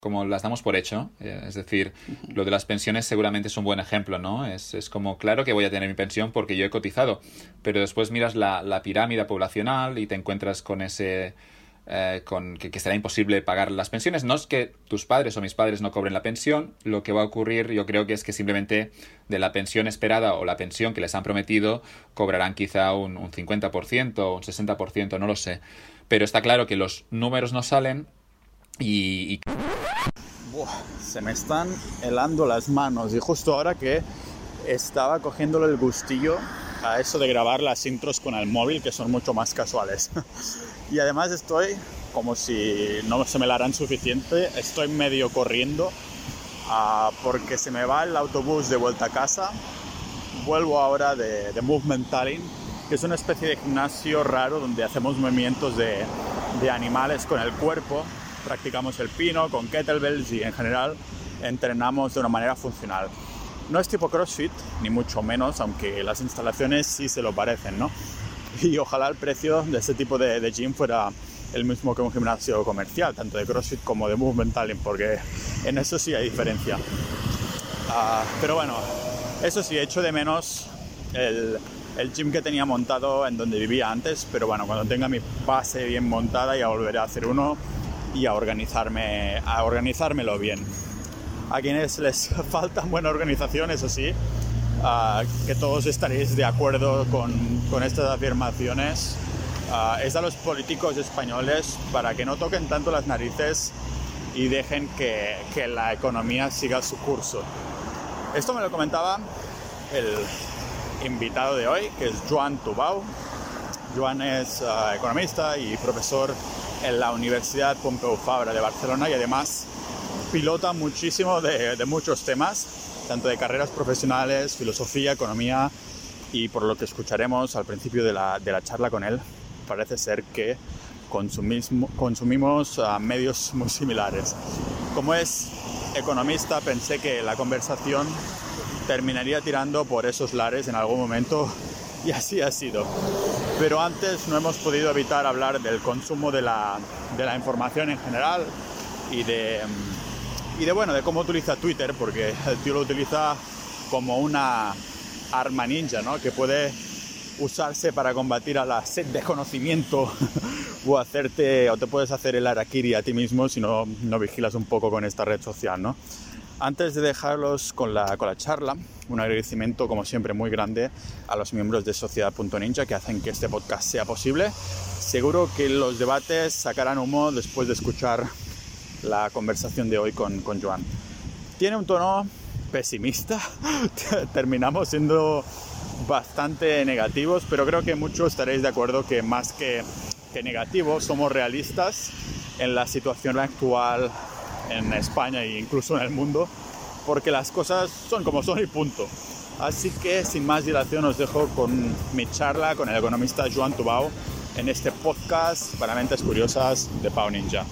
como las damos por hecho. Es decir, lo de las pensiones seguramente es un buen ejemplo, ¿no? Es como, claro que voy a tener mi pensión porque yo he cotizado, pero después miras la pirámide poblacional y te encuentras con ese... con que será imposible pagar las pensiones. No es que tus padres o mis padres no cobren la pensión, lo que va a ocurrir yo creo que es que simplemente de la pensión esperada o la pensión que les han prometido cobrarán quizá un 50% o un 60%, no lo sé. Pero está claro que los números no salen y... Buah, se me están helando las manos y justo ahora que estaba cogiéndole el gustillo a eso de grabar las intros con el móvil, que son mucho más casuales. Y además estoy, como si no se me la harán suficiente, estoy medio corriendo porque se me va el autobús de vuelta a casa. Vuelvo ahora de Movement Tallinn, que es una especie de gimnasio raro donde hacemos movimientos de animales con el cuerpo. Practicamos el pino con kettlebells y en general entrenamos de una manera funcional. No es tipo CrossFit, ni mucho menos, aunque las instalaciones sí se lo parecen, ¿no? Y ojalá el precio de este tipo de gym fuera el mismo que un gimnasio comercial, tanto de CrossFit como de Movement Tallinn, porque en eso sí hay diferencia. Pero bueno, eso sí, echo de menos el gym que tenía montado en donde vivía antes, pero bueno, cuando tenga mi base bien montada ya volveré a hacer uno y a organizármelo bien. A quienes les falta buena organización, eso sí, que todos estaréis de acuerdo con estas afirmaciones, es a los políticos españoles para que no toquen tanto las narices y dejen que la economía siga su curso. Esto me lo comentaba el invitado de hoy, que es Joan Tubau. Joan es economista y profesor en la Universidad Pompeu Fabra de Barcelona y además pilota muchísimo de muchos temas, tanto de carreras profesionales, filosofía, economía, y por lo que escucharemos al principio de la charla con él, parece ser que consumimos medios muy similares. Como es economista, pensé que la conversación terminaría tirando por esos lares en algún momento, y así ha sido. Pero antes no hemos podido evitar hablar del consumo de la información en general y de cómo utiliza Twitter, porque el tío lo utiliza como una arma ninja, ¿no? Que puede usarse para combatir a la sed de conocimiento o te puedes hacer el harakiri a ti mismo si no vigilas un poco con esta red social, ¿no? Antes de dejarlos con la charla, un agradecimiento como siempre muy grande a los miembros de Sociedad.Ninja que hacen que este podcast sea posible. Seguro que los debates sacarán humo después de escuchar la conversación de hoy con Joan. Tiene un tono pesimista, terminamos siendo bastante negativos, pero creo que muchos estaréis de acuerdo que más que negativos somos realistas en la situación actual en España e incluso en el mundo, porque las cosas son como son y punto. Así que sin más dilación os dejo con mi charla con el economista Joan Tubau en este podcast para mentes curiosas de Pau Ninja.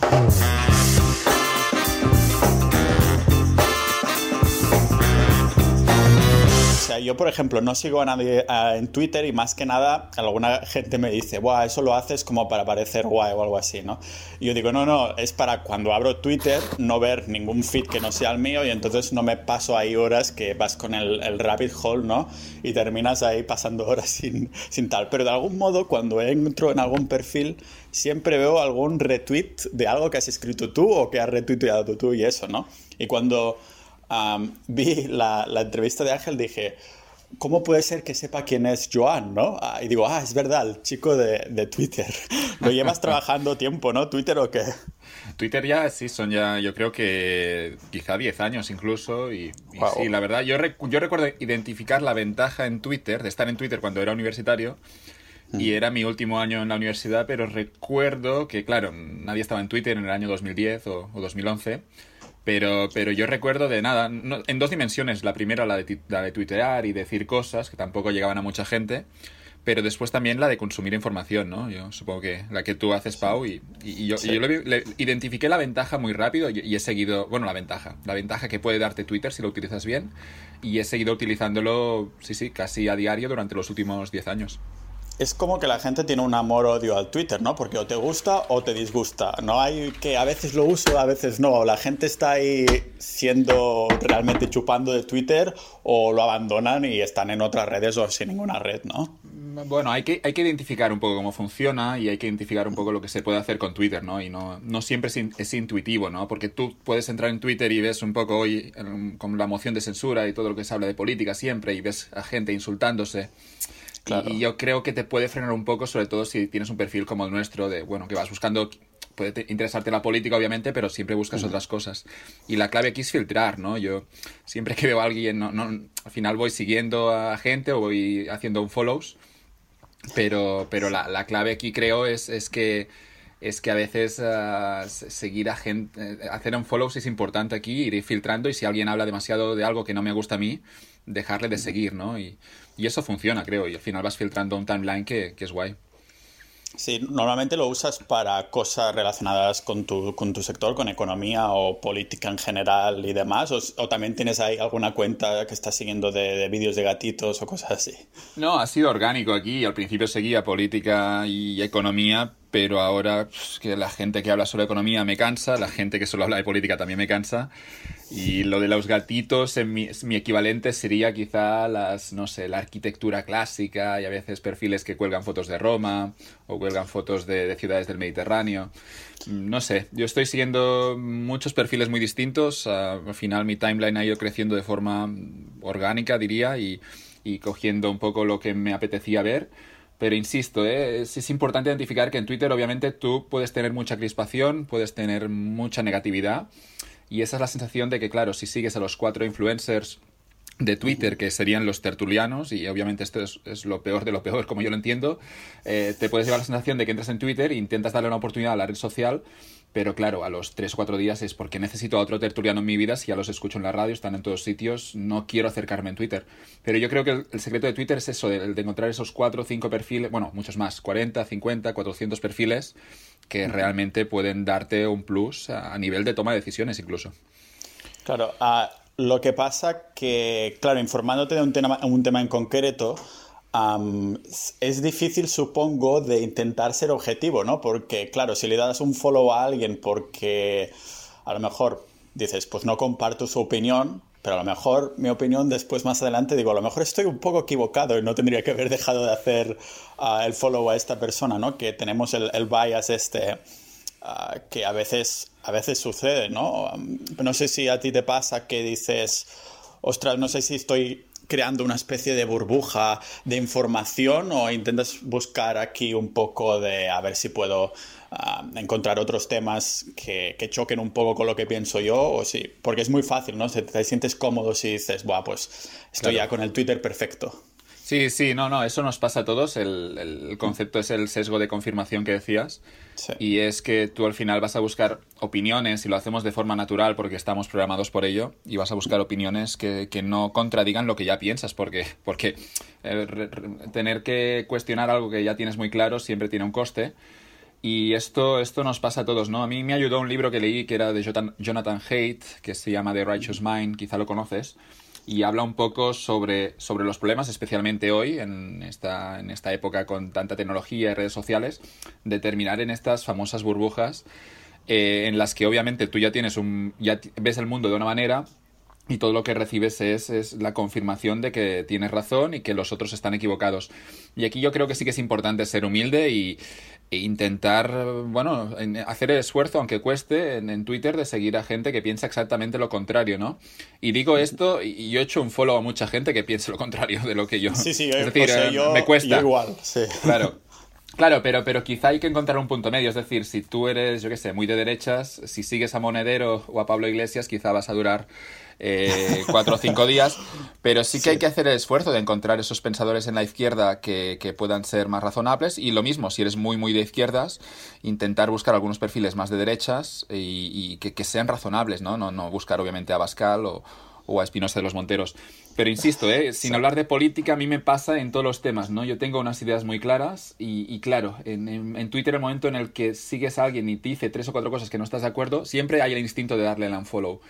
O sea, yo, por ejemplo, no sigo a nadie en Twitter y más que nada alguna gente me dice, ¡buah, eso lo haces como para parecer guay o algo así!, ¿no? Y yo digo, no, es para cuando abro Twitter no ver ningún feed que no sea el mío y entonces no me paso ahí horas que vas con el rabbit hole, ¿no? Y terminas ahí pasando horas sin tal. Pero de algún modo, cuando entro en algún perfil, siempre veo algún retweet de algo que has escrito tú o que has retuiteado tú y eso, ¿no? Y cuando vi la entrevista de Ángel dije, ¿cómo puede ser que sepa quién es Joan, no? Y digo, es verdad, el chico de Twitter. Lo llevas trabajando tiempo, ¿no? ¿Twitter o qué? Twitter ya, sí, son ya, yo creo que quizá 10 años incluso. Y Wow. sí, la verdad, yo recuerdo identificar la ventaja en Twitter, de estar en Twitter cuando era universitario. Y era mi último año en la universidad, pero recuerdo que, claro, nadie estaba en Twitter en el año 2010 o 2011. Pero yo recuerdo de nada, en dos dimensiones. La primera, la de tuitear y decir cosas que tampoco llegaban a mucha gente, pero después también la de consumir información, ¿no? Yo supongo que la que tú haces, Pau, y yo, Sí. yo identifiqué la ventaja muy rápido y he seguido, bueno, la ventaja que puede darte Twitter si lo utilizas bien, y he seguido utilizándolo, sí, casi a diario durante los últimos 10 años. Es como que la gente tiene un amor-odio al Twitter, ¿no? Porque o te gusta o te disgusta. No hay que a veces lo uso, a veces no. La gente está ahí siendo realmente chupando de Twitter o lo abandonan y están en otras redes o sin ninguna red, ¿no? Bueno, hay que identificar un poco cómo funciona y hay que identificar un poco lo que se puede hacer con Twitter, ¿no? Y no siempre es intuitivo, ¿no? Porque tú puedes entrar en Twitter y ves un poco hoy con la moción de censura y todo lo que se habla de política siempre y ves a gente insultándose. Claro. Y yo creo que te puede frenar un poco, sobre todo si tienes un perfil como el nuestro, de, bueno, que vas buscando, puede interesarte la política, obviamente, pero siempre buscas otras cosas. Y la clave aquí es filtrar, ¿no? Yo siempre que veo a alguien, al final voy siguiendo a gente o voy haciendo un follows, pero la clave aquí creo es que a veces seguir a gente, hacer un follow es importante aquí, ir filtrando y si alguien habla demasiado de algo que no me gusta a mí, dejarle de seguir, ¿no? Y eso funciona, creo, y al final vas filtrando un timeline que es guay. Sí, normalmente lo usas para cosas relacionadas con tu sector, con economía o política en general y demás, o también tienes ahí alguna cuenta que estás siguiendo de vídeos de gatitos o cosas así. No, ha sido orgánico aquí. Al principio seguía política y economía, pero ahora que la gente que habla solo de economía me cansa, la gente que solo habla de política también me cansa. Y lo de los gatitos, mi equivalente sería quizá no sé, la arquitectura clásica y a veces perfiles que cuelgan fotos de Roma o cuelgan fotos de ciudades del Mediterráneo. No sé, yo estoy siguiendo muchos perfiles muy distintos. Al final mi timeline ha ido creciendo de forma orgánica, diría, y cogiendo un poco lo que me apetecía ver. Pero insisto, es importante identificar que en Twitter obviamente tú puedes tener mucha crispación, puedes tener mucha negatividad y esa es la sensación de que, claro, si sigues a los 4 influencers de Twitter, que serían los tertulianos, y obviamente esto es lo peor de lo peor, como yo lo entiendo, te puedes llevar la sensación de que entras en Twitter e intentas darle una oportunidad a la red social, pero claro, a los 3 o 4 días es porque necesito a otro tertuliano en mi vida, si ya los escucho en la radio, están en todos sitios, no quiero acercarme en Twitter. Pero yo creo que el secreto de Twitter es eso, de encontrar esos 4 o 5 perfiles, bueno, muchos más, 40, 50, 400 perfiles que realmente pueden darte un plus a nivel de toma de decisiones incluso. Claro, lo que pasa que, claro, informándote de un tema en concreto, es difícil, supongo, de intentar ser objetivo, ¿no? Porque, claro, si le das un follow a alguien porque a lo mejor dices, pues no comparto su opinión, pero a lo mejor mi opinión después, más adelante, digo, a lo mejor estoy un poco equivocado y no tendría que haber dejado de hacer el follow a esta persona, ¿no? Que tenemos el bias que a veces sucede, ¿no? No sé si a ti te pasa que dices, ostras, no sé si estoy creando una especie de burbuja de información o intentas buscar aquí un poco de a ver si puedo encontrar otros temas que choquen un poco con lo que pienso yo, o sí, porque es muy fácil, ¿no? Te sientes cómodo si dices, buah, pues estoy ya con el Twitter perfecto. Sí, no, eso nos pasa a todos. El concepto es el sesgo de confirmación que decías. Sí. Y es que tú al final vas a buscar opiniones, y lo hacemos de forma natural porque estamos programados por ello, y vas a buscar opiniones que no contradigan lo que ya piensas, porque tener que cuestionar algo que ya tienes muy claro siempre tiene un coste. Y esto nos pasa a todos, ¿no? A mí me ayudó un libro que leí que era de Jonathan Haidt, que se llama The Righteous Mind, quizá lo conoces, y habla un poco sobre los problemas, especialmente hoy, en esta época con tanta tecnología y redes sociales, de terminar en estas famosas burbujas en las que obviamente tú ya ves el mundo de una manera y todo lo que recibes es la confirmación de que tienes razón y que los otros están equivocados. Y aquí yo creo que sí que es importante ser humilde e intentar, bueno, hacer el esfuerzo, aunque cueste, en Twitter, de seguir a gente que piensa exactamente lo contrario, ¿no? Y digo esto, y yo he hecho un follow a mucha gente que piensa lo contrario de lo que yo. Sí, es decir, me cuesta. Yo igual, sí. Claro, pero quizá hay que encontrar un punto medio. Es decir, si tú eres, yo qué sé, muy de derechas, si sigues a Monedero o a Pablo Iglesias, quizá vas a durar 4 o 5 días, pero sí que hay que hacer el esfuerzo de encontrar esos pensadores en la izquierda que puedan ser más razonables, y lo mismo, si eres muy, muy de izquierdas, intentar buscar algunos perfiles más de derechas y que sean razonables, ¿no? No buscar obviamente a Abascal o a Espinosa de los Monteros. Pero insisto, sin hablar de política, a mí me pasa en todos los temas, ¿no? Yo tengo unas ideas muy claras y claro, en Twitter, el momento en el que sigues a alguien y te dice 3 o 4 cosas que no estás de acuerdo, siempre hay el instinto de darle el unfollow.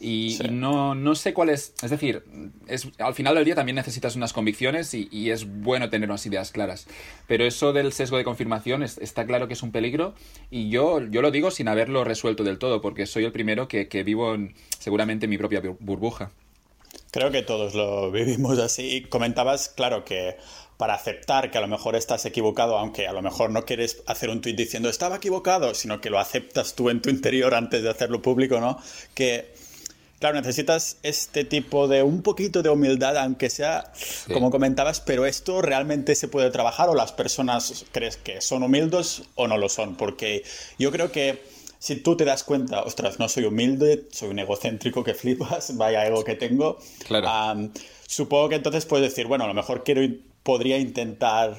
Sí. Y no sé cuál es decir, al final del día también necesitas unas convicciones y es bueno tener unas ideas claras. Pero eso del sesgo de confirmación está claro que es un peligro y yo lo digo sin haberlo resuelto del todo, porque soy el primero que vivo seguramente en mi propia burbuja. Creo que todos lo vivimos así. Y comentabas, claro, que para aceptar que a lo mejor estás equivocado, aunque a lo mejor no quieres hacer un tuit diciendo estaba equivocado, sino que lo aceptas tú en tu interior antes de hacerlo público, ¿no? Que, claro, necesitas este tipo de un poquito de humildad, aunque sea, Sí. como comentabas, pero esto realmente se puede trabajar o las personas crees que son humildes o no lo son, porque yo creo que si tú te das cuenta, ostras, no soy humilde, soy un egocéntrico que flipas, vaya ego que tengo, Claro. supongo que entonces puedes decir, bueno, a lo mejor podría intentar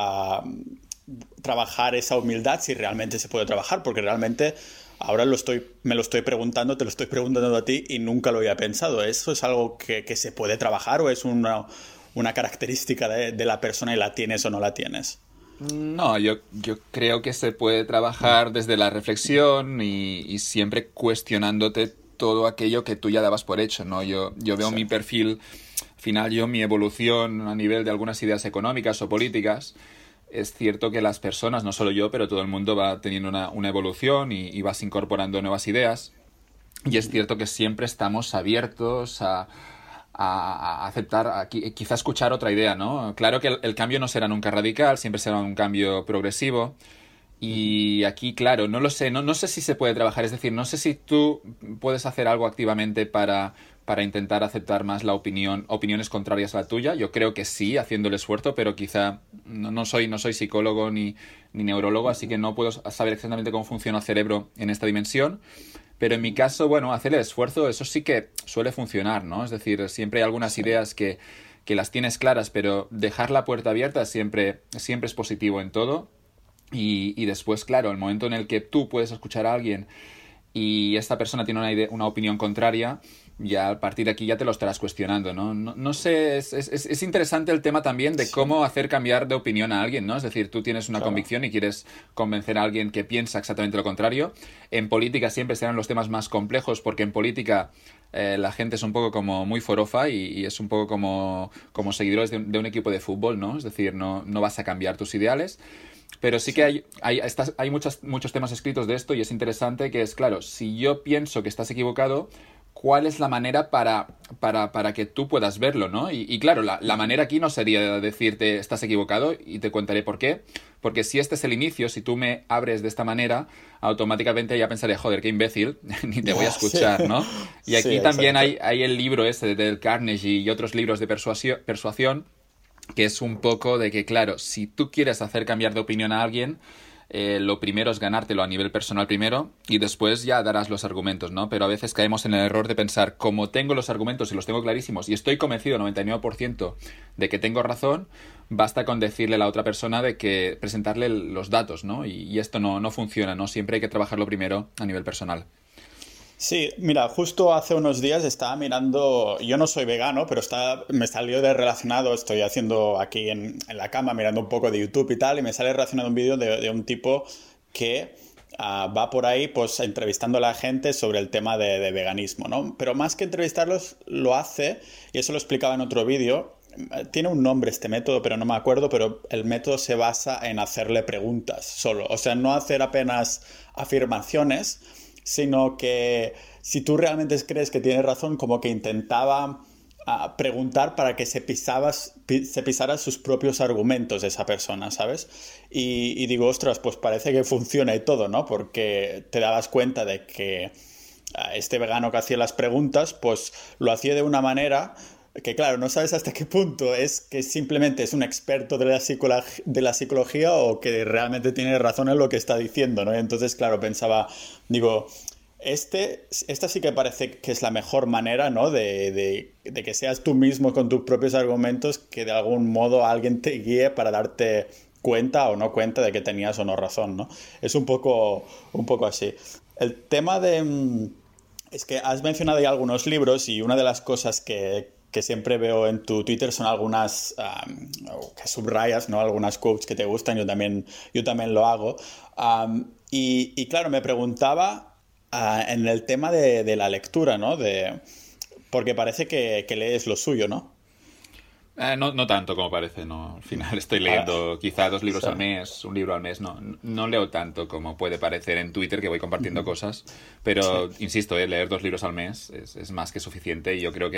trabajar esa humildad si realmente se puede trabajar, porque realmente ahora me lo estoy preguntando, te lo estoy preguntando a ti y nunca lo había pensado. ¿Eso es algo que se puede trabajar o es una característica de la persona y la tienes o no la tienes? No, yo creo que se puede trabajar desde la reflexión y siempre cuestionándote todo aquello que tú ya dabas por hecho, ¿no? Yo veo Sí. mi perfil, al final mi evolución a nivel de algunas ideas económicas o políticas. Es cierto que las personas, no solo yo, pero todo el mundo va teniendo una evolución y vas incorporando nuevas ideas. Y es cierto que siempre estamos abiertos a aceptar, quizá escuchar otra idea, ¿no? Claro que el cambio no será nunca radical, siempre será un cambio progresivo. Y aquí, claro, no lo sé, no sé si se puede trabajar, es decir, no sé si tú puedes hacer algo activamente para intentar aceptar más opiniones contrarias a la tuya. Yo creo que sí, haciendo el esfuerzo, pero quizá no soy psicólogo ni neurólogo, así que no puedo saber exactamente cómo funciona el cerebro en esta dimensión. Pero en mi caso, bueno, hacer el esfuerzo, eso sí que suele funcionar, ¿no? Es decir, siempre hay algunas Sí. ideas que las tienes claras, pero dejar la puerta abierta siempre es positivo en todo. Y después, claro, el momento en el que tú puedes escuchar a alguien y esta persona tiene una opinión contraria, ya a partir de aquí ya te lo estarás cuestionando, ¿no? No sé, es interesante el tema también de Sí, cómo hacer cambiar de opinión a alguien, ¿no? Es decir, tú tienes una claro. convicción y quieres convencer a alguien que piensa exactamente lo contrario. En política siempre serán los temas más complejos porque en política la gente es un poco como muy forofa y es un poco como seguidores de un equipo de fútbol, ¿no? Es decir, no vas a cambiar tus ideales. Pero sí que Sí. hay muchos temas escritos de esto y es interesante que es, claro, si yo pienso que estás equivocado, ¿cuál es la manera para que tú puedas verlo, ¿no? Y claro, la manera aquí no sería decirte estás equivocado y te contaré por qué. Porque si este es el inicio, si tú me abres de esta manera, automáticamente ya pensaré, joder, qué imbécil, ni te voy a Ya, sí. escuchar, ¿no? Y Sí, aquí también exacto. hay el libro ese del Carnegie y otros libros de persuasión que es un poco de que, claro, si tú quieres hacer cambiar de opinión a alguien, lo primero es ganártelo a nivel personal primero y después ya darás los argumentos, ¿no? Pero a veces caemos en el error de pensar, como tengo los argumentos y los tengo clarísimos y estoy convencido 99% de que tengo razón, basta con decirle a la otra persona de que presentarle los datos, ¿no? Y esto no funciona, ¿no? Siempre hay que trabajarlo primero a nivel personal. Sí, mira, justo hace unos días estaba mirando, yo no soy vegano, pero me salió de relacionado, estoy haciendo aquí en la cama mirando un poco de YouTube y tal, y me sale relacionado un vídeo de un tipo que va por ahí pues entrevistando a la gente sobre el tema de veganismo, ¿no? Pero más que entrevistarlos, lo hace, y eso lo explicaba en otro vídeo, tiene un nombre este método, pero no me acuerdo, pero el método se basa en hacerle preguntas solo, o sea, no hacer apenas afirmaciones, sino que si tú realmente crees que tienes razón, como que intentaba preguntar para que se pisara sus propios argumentos esa persona, ¿sabes? Y digo, ostras, pues parece que funciona y todo, ¿no? Porque te dabas cuenta de que este vegano que hacía las preguntas, pues lo hacía de una manera que claro, no sabes hasta qué punto es que simplemente es un experto de la psicología o que realmente tiene razón en lo que está diciendo, ¿no? Y entonces, claro, pensaba, digo, esta sí que parece que es la mejor manera, ¿no? De que seas tú mismo con tus propios argumentos, que de algún modo alguien te guíe para darte cuenta o no cuenta de que tenías o no razón, ¿no? Es un poco así. El tema es que has mencionado ya algunos libros y una de las cosas que siempre veo en tu Twitter son algunas que subrayas, ¿no? Algunas quotes que te gustan, yo también lo hago. Y claro, me preguntaba, en el tema de la lectura, ¿no? Porque parece que lees lo suyo, ¿no? No tanto como parece, no. Al final estoy leyendo quizá 2 libros Sí. al mes, un libro al mes, no leo tanto como puede parecer en Twitter, que voy compartiendo cosas, pero insisto, leer 2 libros al mes es más que suficiente y yo creo que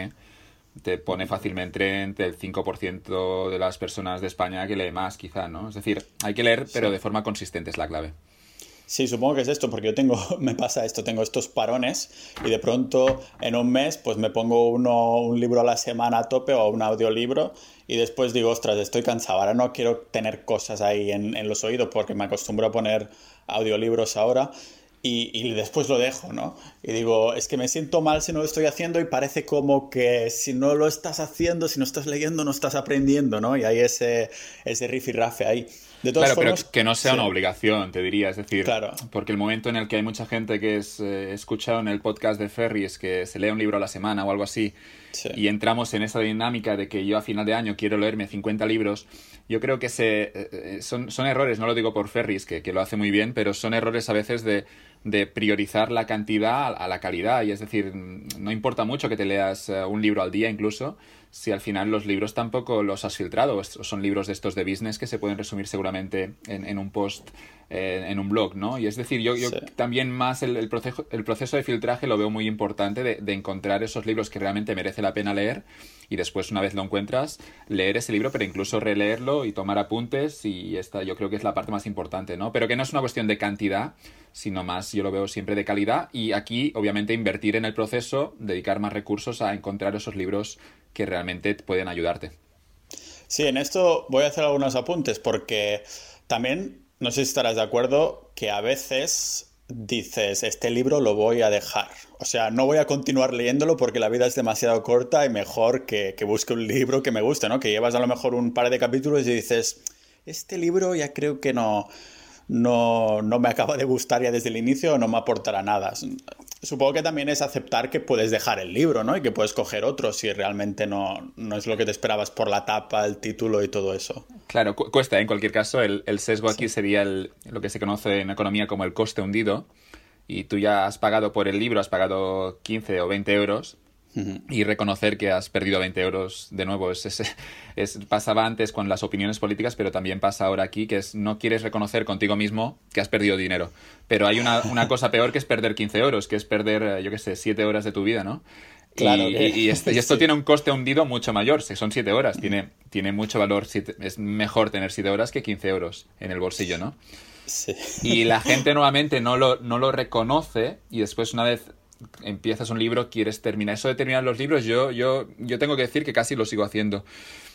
te pone fácilmente entre el 5% de las personas de España que lee más, quizá, ¿no? Es decir, hay que leer, pero de forma consistente es la clave. Sí, supongo que es esto, porque me pasa esto, tengo estos parones y de pronto en un mes pues me pongo un libro a la semana a tope o un audiolibro y después digo, ostras, estoy cansado, ahora no quiero tener cosas ahí en los oídos porque me acostumbro a poner audiolibros ahora y después lo dejo, ¿no? Y digo, es que me siento mal si no lo estoy haciendo y parece como que si no lo estás haciendo, si no estás leyendo, no estás aprendiendo, ¿no? Y hay ese rifirrafe ahí. De todas Claro, formas, pero que no sea sí, una obligación, te diría. Es decir, claro, porque el momento en el que hay mucha gente que he escuchado en el podcast de Ferris que se lee un libro a la semana o algo así, sí. y entramos en esa dinámica de que yo a final de año quiero leerme 50 libros, yo creo que son errores, no lo digo por Ferris, que lo hace muy bien, pero son errores a veces de priorizar la cantidad a la calidad. Y es decir, no importa mucho que te leas un libro al día incluso, si al final los libros tampoco los has filtrado, o son libros de estos de business que se pueden resumir seguramente en un post, en un blog, ¿no? Y es decir, yo Sí. también más el proceso de filtraje lo veo muy importante de encontrar esos libros que realmente merece la pena leer y después, una vez lo encuentras, leer ese libro, pero incluso releerlo y tomar apuntes, y esta yo creo que es la parte más importante, ¿no? Pero que no es una cuestión de cantidad, sino más, yo lo veo siempre de calidad, y aquí obviamente invertir en el proceso, dedicar más recursos a encontrar esos libros que realmente pueden ayudarte. Sí, en esto voy a hacer algunos apuntes porque también, no sé si estarás de acuerdo, que a veces dices, este libro lo voy a dejar. O sea, no voy a continuar leyéndolo porque la vida es demasiado corta y mejor que busque un libro que me guste, ¿no? Que llevas a lo mejor un par de capítulos y dices, este libro ya creo que no me acaba de gustar ya desde el inicio o no me aportará nada. Supongo que también es aceptar que puedes dejar el libro, ¿no? Y que puedes coger otro si realmente no es lo que te esperabas por la tapa, el título y todo eso. Claro, cuesta, en cualquier caso, el sesgo aquí Sí. sería lo que se conoce en economía como el coste hundido, y tú ya has pagado por el libro, has pagado 15 o 20 euros, y reconocer que has perdido 20 euros de nuevo. Pasaba antes con las opiniones políticas, pero también pasa ahora aquí, que no quieres reconocer contigo mismo que has perdido dinero. Pero hay una cosa peor, que es perder 15 euros, que es perder, yo qué sé, 7 horas de tu vida, ¿no? Claro Y esto sí. tiene un coste hundido mucho mayor, son 7 horas, tiene mucho valor, es mejor tener 7 horas que 15 euros en el bolsillo, ¿no? Sí. Y la gente nuevamente no lo reconoce, y después, una vez empiezas un libro, quieres terminar. Eso de terminar los libros, yo tengo que decir que casi lo sigo haciendo.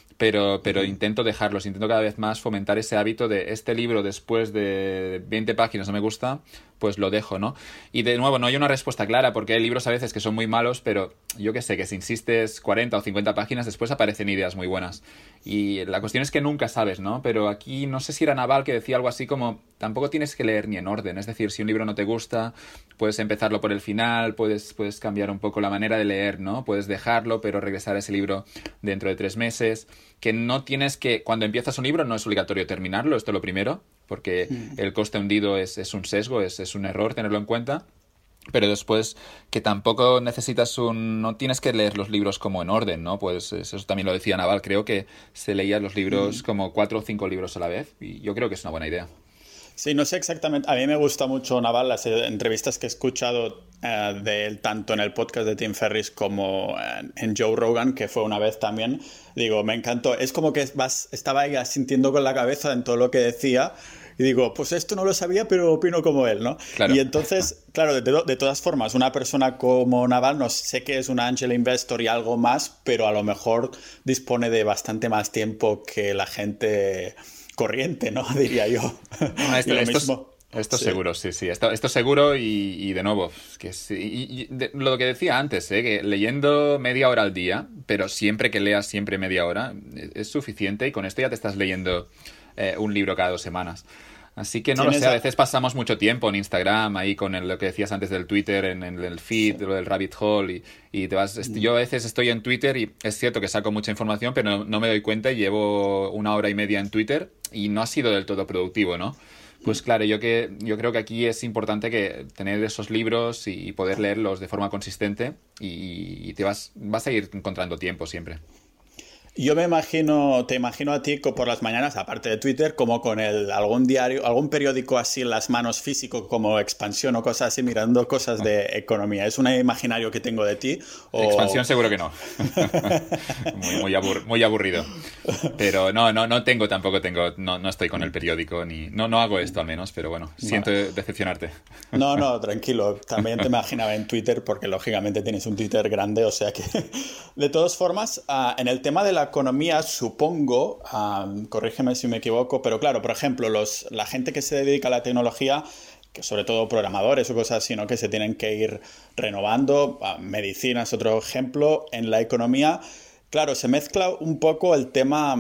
Pero intento dejarlos, intento cada vez más fomentar ese hábito de este libro después de 20 páginas no me gusta, pues lo dejo, ¿no? Y de nuevo, no hay una respuesta clara, porque hay libros a veces que son muy malos, pero yo qué sé, que si insistes 40 o 50 páginas, después aparecen ideas muy buenas. Y la cuestión es que nunca sabes, ¿no? Pero aquí, no sé si era Naval que decía algo así como, tampoco tienes que leer ni en orden. Es decir, si un libro no te gusta, puedes empezarlo por el final, puedes cambiar un poco la manera de leer, ¿no? Puedes dejarlo, pero regresar a ese libro dentro de 3 meses. Que no tienes que, cuando empiezas un libro, no es obligatorio terminarlo, esto es lo primero, porque el coste hundido es un sesgo, es un error tenerlo en cuenta. Pero después, que tampoco necesitas no tienes que leer los libros como en orden, ¿no? Pues eso también lo decía Naval, creo que se leía los libros como 4 o 5 libros a la vez, y yo creo que es una buena idea. Sí, no sé exactamente. A mí me gusta mucho Naval, las entrevistas que he escuchado de él, tanto en el podcast de Tim Ferriss como en Joe Rogan, que fue una vez también. Digo, me encantó. Es como que estaba ahí asintiendo con la cabeza en todo lo que decía. Y digo, pues esto no lo sabía, pero opino como él, ¿no? Claro. Y entonces, claro, de todas formas, una persona como Naval, no sé que es un angel investor y algo más, pero a lo mejor dispone de bastante más tiempo que la gente corriente, ¿no? Diría yo. No, Y lo mismo. Esto Sí. seguro, sí. Esto seguro, y de nuevo, que sí. Lo que decía antes, que leyendo media hora al día, pero siempre que leas siempre media hora, es suficiente, y con esto ya te estás leyendo un libro cada 2 semanas. Así que no lo sé, a veces pasamos mucho tiempo en Instagram, ahí con lo que decías antes del Twitter, en el feed, Sí. lo del rabbit hole, y te vas. Yo a veces estoy en Twitter y es cierto que saco mucha información, pero no me doy cuenta, y llevo 1 hora y media en Twitter y no ha sido del todo productivo, ¿no? Pues claro, yo creo que aquí es importante que tener esos libros y poder leerlos de forma consistente y vas a ir encontrando tiempo siempre. Yo te imagino a ti por las mañanas, aparte de Twitter, como con algún diario, algún periódico así en las manos físico, como Expansión o cosas así, mirando cosas de economía. ¿Es un imaginario que tengo de ti? Expansión seguro que no. Muy aburrido. Pero no estoy con el periódico, no hago esto al menos, pero bueno, siento decepcionarte. No, tranquilo. También te imaginaba en Twitter, porque lógicamente tienes un Twitter grande, o sea que... De todas formas, en el tema de la economía, supongo, corrígeme si me equivoco, pero claro, por ejemplo, la gente que se dedica a la tecnología, que sobre todo programadores o cosas así, ¿no? Que se tienen que ir renovando, medicina es otro ejemplo, en la economía, claro, se mezcla un poco el tema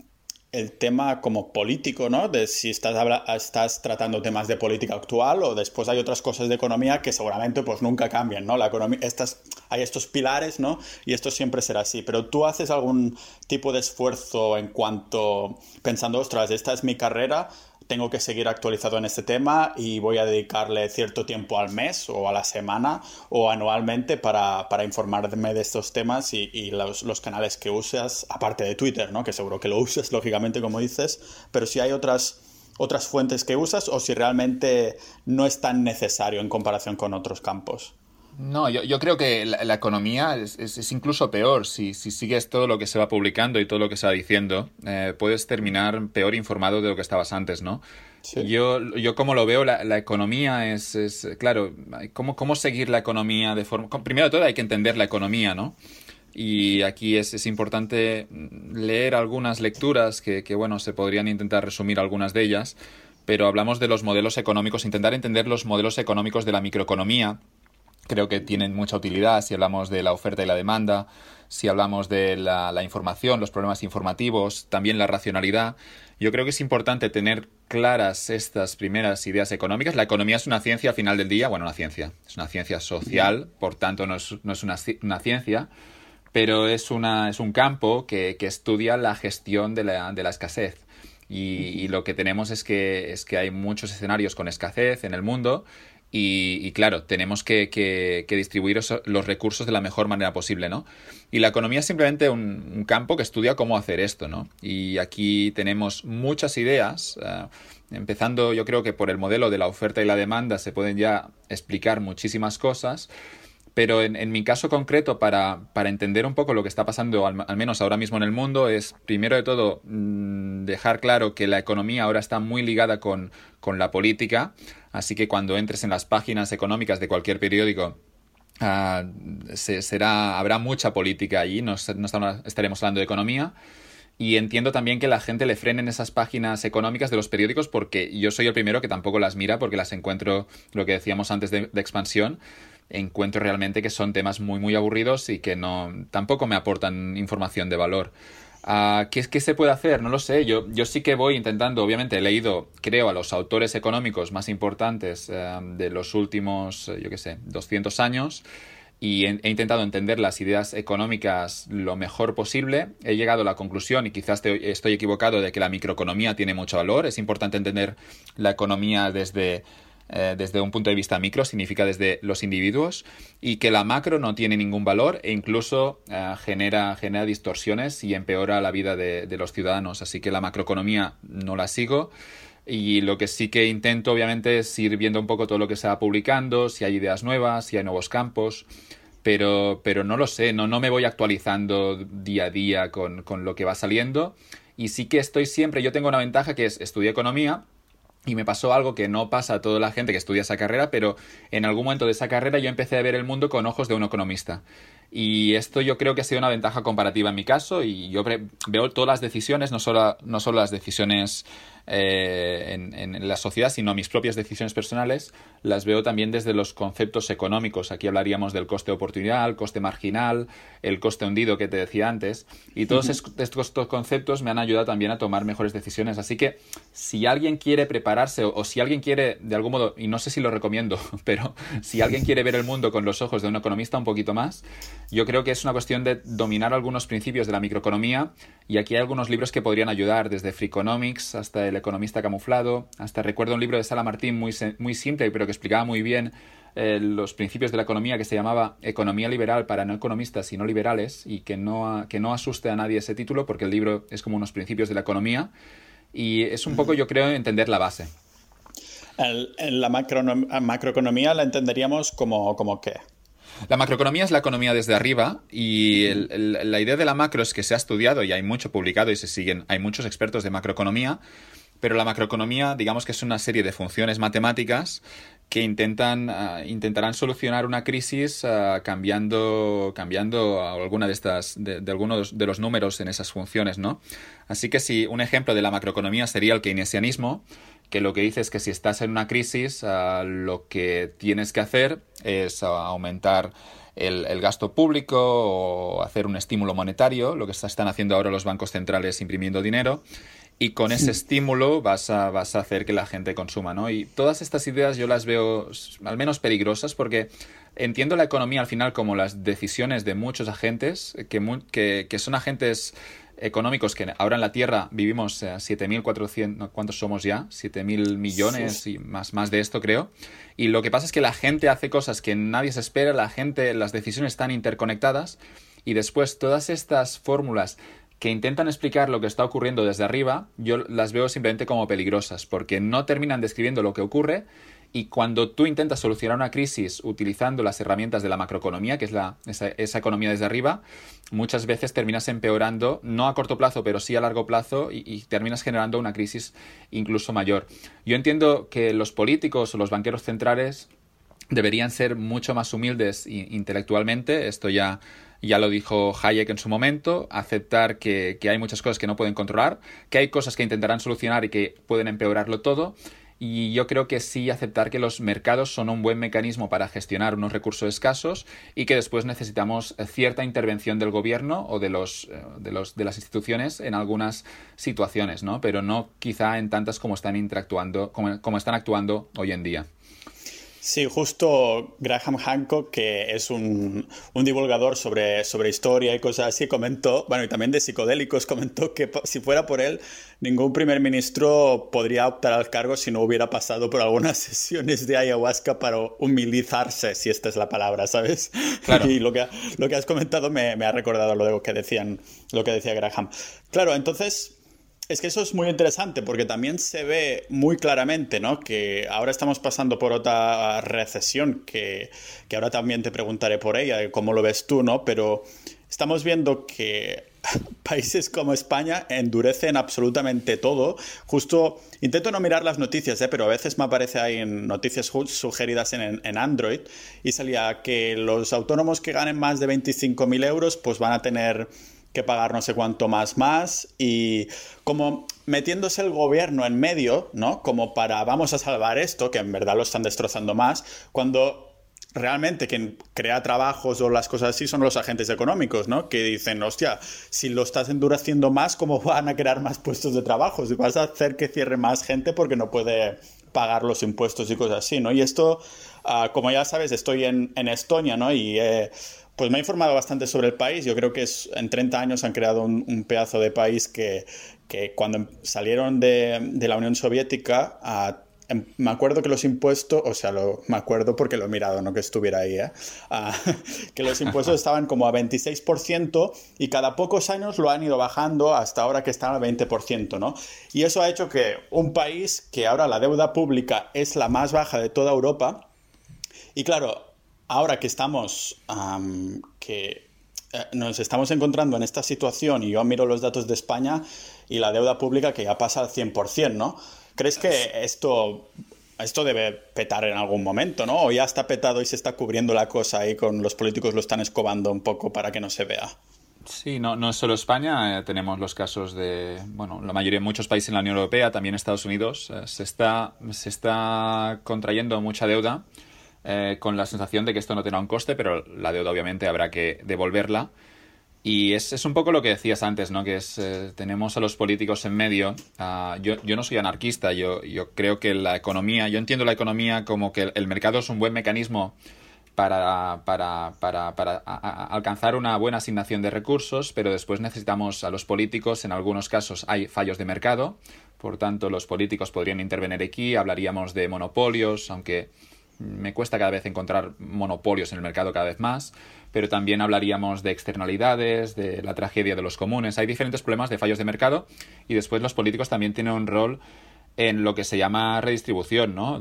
como político, ¿no? De si estás tratando temas de política actual o después hay otras cosas de economía que seguramente pues nunca cambian, ¿no? La economía, hay estos pilares, ¿no? Y esto siempre será así. Pero tú haces algún tipo de esfuerzo en cuanto pensando, ostras, esta es mi carrera, tengo que seguir actualizado en este tema y voy a dedicarle cierto tiempo al mes o a la semana o anualmente para informarme de estos temas y los canales que usas, aparte de Twitter, ¿no? Que seguro que lo usas, lógicamente, como dices, pero si hay otras fuentes que usas o si realmente no es tan necesario en comparación con otros campos. No, yo creo que la economía es incluso peor. Si sigues todo lo que se va publicando y todo lo que se va diciendo, puedes terminar peor informado de lo que estabas antes, ¿no? Sí. Yo como lo veo, la economía claro, ¿cómo seguir la economía de forma... Primero de todo hay que entender la economía, ¿no? Y aquí es importante leer algunas lecturas que, bueno, se podrían intentar resumir algunas de ellas, pero hablamos de los modelos económicos, intentar entender los modelos económicos de la microeconomía. Creo que tienen mucha utilidad si hablamos de la oferta y la demanda, si hablamos de la información, los problemas informativos, también la racionalidad. Yo creo que es importante tener claras estas primeras ideas económicas. La economía es una ciencia al final del día, es una ciencia social, por tanto no es una ciencia, pero es un campo que estudia la gestión de la escasez. Y lo que tenemos es que hay muchos escenarios con escasez en el mundo. Y claro, tenemos que distribuir los recursos de la mejor manera posible, ¿no? Y la economía es simplemente un campo que estudia cómo hacer esto, ¿no? Y aquí tenemos muchas ideas, empezando yo creo que por el modelo de la oferta y la demanda se pueden ya explicar muchísimas cosas, pero en mi caso concreto, para entender un poco lo que está pasando, al menos ahora mismo en el mundo, es primero de todo dejar claro que la economía ahora está muy ligada con la política, así que cuando entres en las páginas económicas de cualquier periódico, habrá mucha política allí, no estaremos hablando de economía. Y entiendo también que la gente le frene en esas páginas económicas de los periódicos, porque yo soy el primero que tampoco las mira, porque las encuentro, lo que decíamos antes de expansión, encuentro realmente que son temas muy muy aburridos y que tampoco me aportan información de valor. ¿Qué se puede hacer? No lo sé. Yo sí que voy intentando, obviamente he leído, creo, a los autores económicos más importantes de los últimos, 200 años, y he intentado entender las ideas económicas lo mejor posible. He llegado a la conclusión, y quizás estoy equivocado, de que la microeconomía tiene mucho valor. Es importante entender la economía desde un punto de vista micro, significa desde los individuos, y que la macro no tiene ningún valor e incluso genera distorsiones y empeora la vida de los ciudadanos. Así que la macroeconomía no la sigo. Y lo que sí que intento, obviamente, es ir viendo un poco todo lo que se va publicando, si hay ideas nuevas, si hay nuevos campos, pero no lo sé, no me voy actualizando día a día con lo que va saliendo. Y sí que yo tengo una ventaja, que es estudiar economía, y me pasó algo que no pasa a toda la gente que estudia esa carrera, pero en algún momento de esa carrera yo empecé a ver el mundo con ojos de un economista. Y esto yo creo que ha sido una ventaja comparativa en mi caso, y yo veo todas las decisiones, no solo las decisiones en la sociedad, sino mis propias decisiones personales, las veo también desde los conceptos económicos. Aquí hablaríamos del coste de oportunidad, el coste marginal, el coste hundido que te decía antes, y todos estos conceptos me han ayudado también a tomar mejores decisiones. Así que si alguien quiere prepararse o si alguien quiere, de algún modo, y no sé si lo recomiendo, pero si alguien quiere ver el mundo con los ojos de un economista un poquito más, yo creo que es una cuestión de dominar algunos principios de la microeconomía, y aquí hay algunos libros que podrían ayudar, desde Freakonomics hasta el economista camuflado. Hasta recuerdo un libro de Sala Martín muy simple, pero que explicaba muy bien los principios de la economía, que se llamaba Economía liberal para no economistas y no liberales, y que no asuste a nadie ese título, porque el libro es como unos principios de la economía, y es un poco, yo creo, entender la base. La macroeconomía la entenderíamos como ¿qué? La macroeconomía es la economía desde arriba, y la idea de la macro es que se ha estudiado y hay mucho publicado y hay muchos expertos de macroeconomía, pero la macroeconomía, digamos que es una serie de funciones matemáticas que intentarán solucionar una crisis cambiando alguna de algunos de los números en esas funciones, ¿no? Así que un ejemplo de la macroeconomía sería el keynesianismo, que lo que dice es que si estás en una crisis, lo que tienes que hacer es aumentar el gasto público o hacer un estímulo monetario, lo que están haciendo ahora los bancos centrales imprimiendo dinero, y con ese estímulo vas a hacer que la gente consuma, ¿no? Y todas estas ideas yo las veo al menos peligrosas, porque entiendo la economía al final como las decisiones de muchos agentes, que son agentes económicos, que ahora en la Tierra vivimos 7.400, ¿cuántos somos ya? 7.000 millones y más de esto, creo. Y lo que pasa es que la gente hace cosas que nadie se espera, las decisiones están interconectadas, y después todas estas fórmulas que intentan explicar lo que está ocurriendo desde arriba, yo las veo simplemente como peligrosas, porque no terminan describiendo lo que ocurre, y cuando tú intentas solucionar una crisis utilizando las herramientas de la macroeconomía, que es esa economía desde arriba, muchas veces terminas empeorando, no a corto plazo, pero sí a largo plazo, y terminas generando una crisis incluso mayor. Yo entiendo que los políticos o los banqueros centrales deberían ser mucho más humildes intelectualmente. Esto ya lo dijo Hayek en su momento, aceptar que hay muchas cosas que no pueden controlar, que hay cosas que intentarán solucionar y que pueden empeorarlo todo. Y yo creo que sí aceptar que los mercados son un buen mecanismo para gestionar unos recursos escasos, y que después necesitamos cierta intervención del gobierno o de las instituciones en algunas situaciones, ¿no? Pero no quizá en tantas como están actuando hoy en día. Sí, justo Graham Hancock, que es un divulgador sobre historia y cosas así, comentó, bueno, y también de psicodélicos, comentó que si fuera por él, ningún primer ministro podría optar al cargo si no hubiera pasado por algunas sesiones de ayahuasca para humilizarse, si esta es la palabra, ¿sabes? Claro. Y lo que has comentado me ha recordado lo que decía Graham. Claro, entonces es que eso es muy interesante, porque también se ve muy claramente, ¿no?, que ahora estamos pasando por otra recesión, que ahora también te preguntaré por ella, cómo lo ves tú, ¿no? Pero estamos viendo que países como España endurecen absolutamente todo. Justo intento no mirar las noticias, pero a veces me aparece ahí en noticias sugeridas en Android, y salía que los autónomos que ganen más de 25.000 euros pues van a tener que pagar no sé cuánto más, y como metiéndose el gobierno en medio, ¿no?, como para vamos a salvar esto, que en verdad lo están destrozando más, cuando realmente quien crea trabajos o las cosas así son los agentes económicos, ¿no?, que dicen, hostia, si lo estás endureciendo más, ¿cómo van a crear más puestos de trabajo? Si vas a hacer que cierre más gente porque no puede pagar los impuestos y cosas así, ¿no? Y esto, como ya sabes, estoy en Estonia, ¿no?, y pues me he informado bastante sobre el país. Yo creo que en 30 años han creado un pedazo de país que cuando salieron de la Unión Soviética, me acuerdo que los impuestos, me acuerdo porque lo he mirado, no que estuviera ahí, que los impuestos estaban como a 26%, y cada pocos años lo han ido bajando hasta ahora que están al 20%, ¿no? Y eso ha hecho que un país que ahora la deuda pública es la más baja de toda Europa, y claro, ahora que estamos, nos estamos encontrando en esta situación, y yo miro los datos de España y la deuda pública que ya pasa al 100%, ¿no? ¿Crees que esto debe petar en algún momento, ¿no? ¿O ya está petado y se está cubriendo la cosa y con los políticos lo están escobando un poco para que no se vea? Sí, no es solo España, tenemos los casos de, bueno, la mayoría de muchos países en la Unión Europea, también Estados Unidos, se está contrayendo mucha deuda, con la sensación de que esto no tendrá un coste, pero la deuda obviamente habrá que devolverla. Y es un poco lo que decías antes, ¿no? Que tenemos a los políticos en medio. Yo no soy anarquista, yo creo que yo entiendo la economía como que el mercado es un buen mecanismo para alcanzar una buena asignación de recursos, pero después necesitamos a los políticos. En algunos casos hay fallos de mercado, Por tanto, los políticos podrían intervenir aquí, hablaríamos de monopolios, aunque me cuesta cada vez encontrar monopolios en el mercado cada vez más, pero también hablaríamos de externalidades, de la tragedia de los comunes. Hay diferentes problemas de fallos de mercado y después los políticos también tienen un rol en lo que se llama redistribución, ¿no?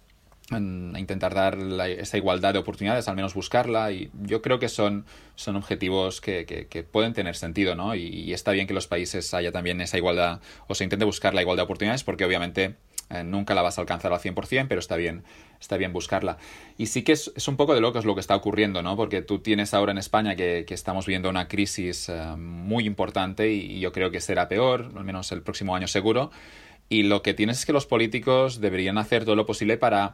Intentar dar esa igualdad de oportunidades, al menos buscarla, y yo creo que son objetivos que pueden tener sentido, ¿no? Y está bien que en los países haya también esa igualdad, o se intente buscar la igualdad de oportunidades, porque obviamente nunca la vas a alcanzar al 100%, pero está bien buscarla. Y sí que es un poco de locos lo que está ocurriendo, ¿no? Porque tú tienes ahora en España que estamos viendo una crisis muy importante y yo creo que será peor, al menos el próximo año seguro. Y lo que tienes es que los políticos deberían hacer todo lo posible para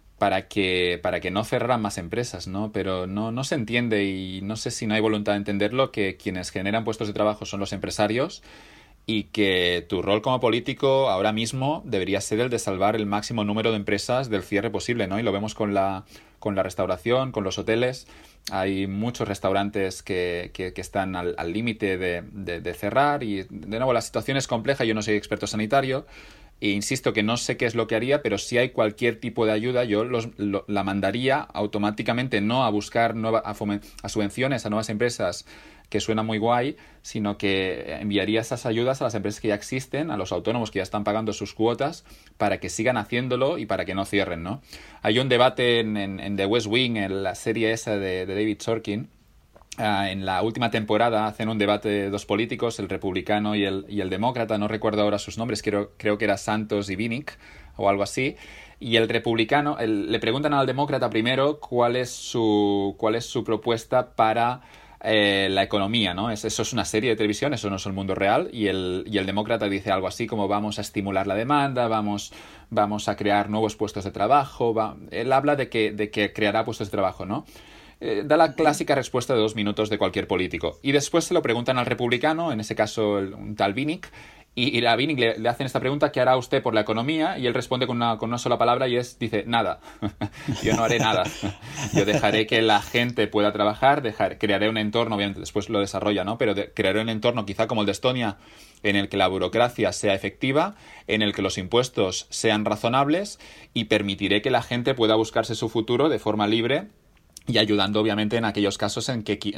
que no cerraran más empresas, ¿no? Pero no se entiende y no sé si no hay voluntad de entenderlo, que quienes generan puestos de trabajo son los empresarios y que tu rol como político ahora mismo debería ser el de salvar el máximo número de empresas del cierre posible, ¿no? Y lo vemos con la restauración, con los hoteles. Hay muchos restaurantes que están al límite de cerrar y, de nuevo, la situación es compleja. Yo no soy experto sanitario e insisto que no sé qué es lo que haría, pero si hay cualquier tipo de ayuda yo la mandaría automáticamente, no a buscar a subvenciones a nuevas empresas, que suena muy guay, sino que enviaría esas ayudas a las empresas que ya existen, a los autónomos que ya están pagando sus cuotas, para que sigan haciéndolo y para que no cierren, ¿no? Hay un debate en The West Wing, en la serie esa de David Sorkin. En la última temporada hacen un debate de dos políticos, el republicano y el demócrata, no recuerdo ahora sus nombres, creo que era Santos y Vinick o algo así. Y el republicano, le preguntan al demócrata primero cuál es su propuesta para la economía, ¿no? Eso es una serie de televisión, eso no es el mundo real, y el demócrata dice algo así como vamos a estimular la demanda, vamos a crear nuevos puestos de trabajo, él habla de que creará puestos de trabajo, ¿no? Da la clásica respuesta de 2 minutos de cualquier político. Y después se lo preguntan al republicano, en ese caso un tal Vinick, y a Vinick le hacen esta pregunta: ¿qué hará usted por la economía? Y él responde con una sola palabra y dice, nada. Yo no haré nada. Yo dejaré que la gente pueda trabajar, crearé un entorno, obviamente después lo desarrolla, ¿no? Pero crearé un entorno quizá como el de Estonia, en el que la burocracia sea efectiva, en el que los impuestos sean razonables, y permitiré que la gente pueda buscarse su futuro de forma libre, y ayudando obviamente en aquellos casos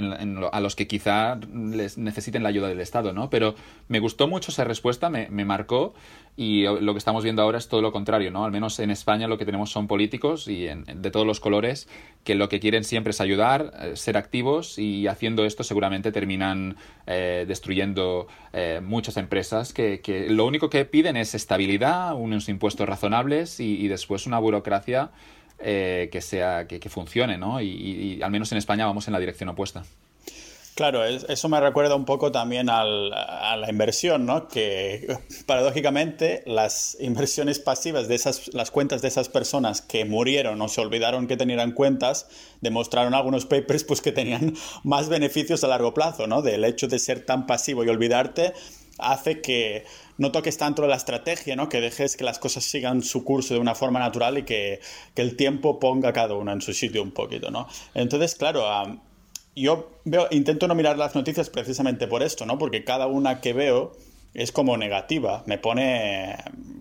a los que quizá les necesiten la ayuda del Estado, ¿no? Pero me gustó mucho esa respuesta, me marcó, y lo que estamos viendo ahora es todo lo contrario, ¿no? Al menos en España lo que tenemos son políticos de todos los colores que lo que quieren siempre es ayudar, ser activos, y haciendo esto seguramente terminan destruyendo muchas empresas que lo único que piden es estabilidad, unos impuestos razonables y después una burocracia que funcione, ¿no? Y al menos en España vamos en la dirección opuesta. Claro, eso me recuerda un poco también a la inversión, ¿no? Que paradójicamente las inversiones pasivas las cuentas de esas personas que murieron o se olvidaron que tenían cuentas, demostraron algunos papers pues que tenían más beneficios a largo plazo, ¿no? Del hecho de ser tan pasivo y olvidarte hace que no toques tanto la estrategia, ¿no? Que dejes que las cosas sigan su curso de una forma natural y que el tiempo ponga a cada uno en su sitio un poquito, ¿no? Entonces, claro, yo intento no mirar las noticias precisamente por esto, ¿no? Porque cada una que veo es como negativa, me pone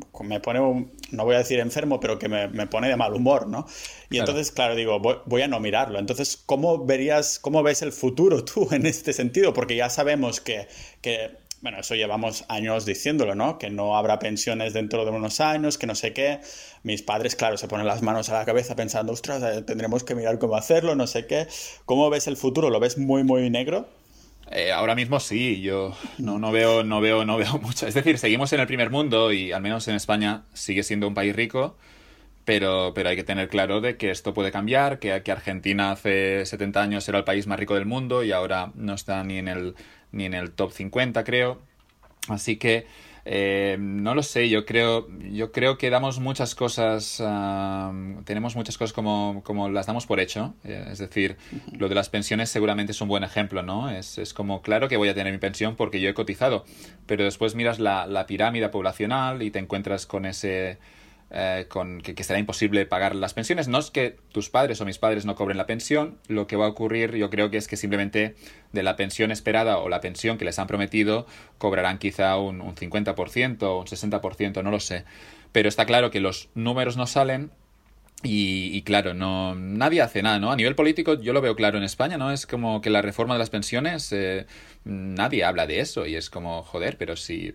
no voy a decir enfermo, pero que me pone de mal humor, ¿no? Y claro. Entonces, claro, digo, voy a no mirarlo. Entonces, ¿cómo ves el futuro tú en este sentido? Porque ya sabemos que bueno, eso llevamos años diciéndolo, ¿no? Que no habrá pensiones dentro de unos años, que no sé qué. Mis padres, claro, se ponen las manos a la cabeza pensando, ostras, tendremos que mirar cómo hacerlo, no sé qué. ¿Cómo ves el futuro? ¿Lo ves muy, muy negro? Ahora mismo sí, yo no veo mucho. Es decir, seguimos en el primer mundo y al menos en España sigue siendo un país rico, pero hay que tener claro de que esto puede cambiar, que Argentina hace 70 años era el país más rico del mundo y ahora no está ni en el top 50, creo. Así que no lo sé, yo creo que damos muchas cosas, tenemos muchas cosas como las damos por hecho. Es decir, lo de las pensiones seguramente es un buen ejemplo, ¿no? Es como, claro que voy a tener mi pensión porque yo he cotizado, pero después miras la pirámide poblacional y te encuentras con ese que será imposible pagar las pensiones. No es que tus padres o mis padres no cobren la pensión, lo que va a ocurrir yo creo que es que simplemente de la pensión esperada o la pensión que les han prometido cobrarán quizá un 50% o un 60%, no lo sé. Pero está claro que los números no salen. Y claro, nadie hace nada, ¿no? A nivel político yo lo veo claro en España, ¿no? Es como que la reforma de las pensiones, nadie habla de eso y es como, joder, pero si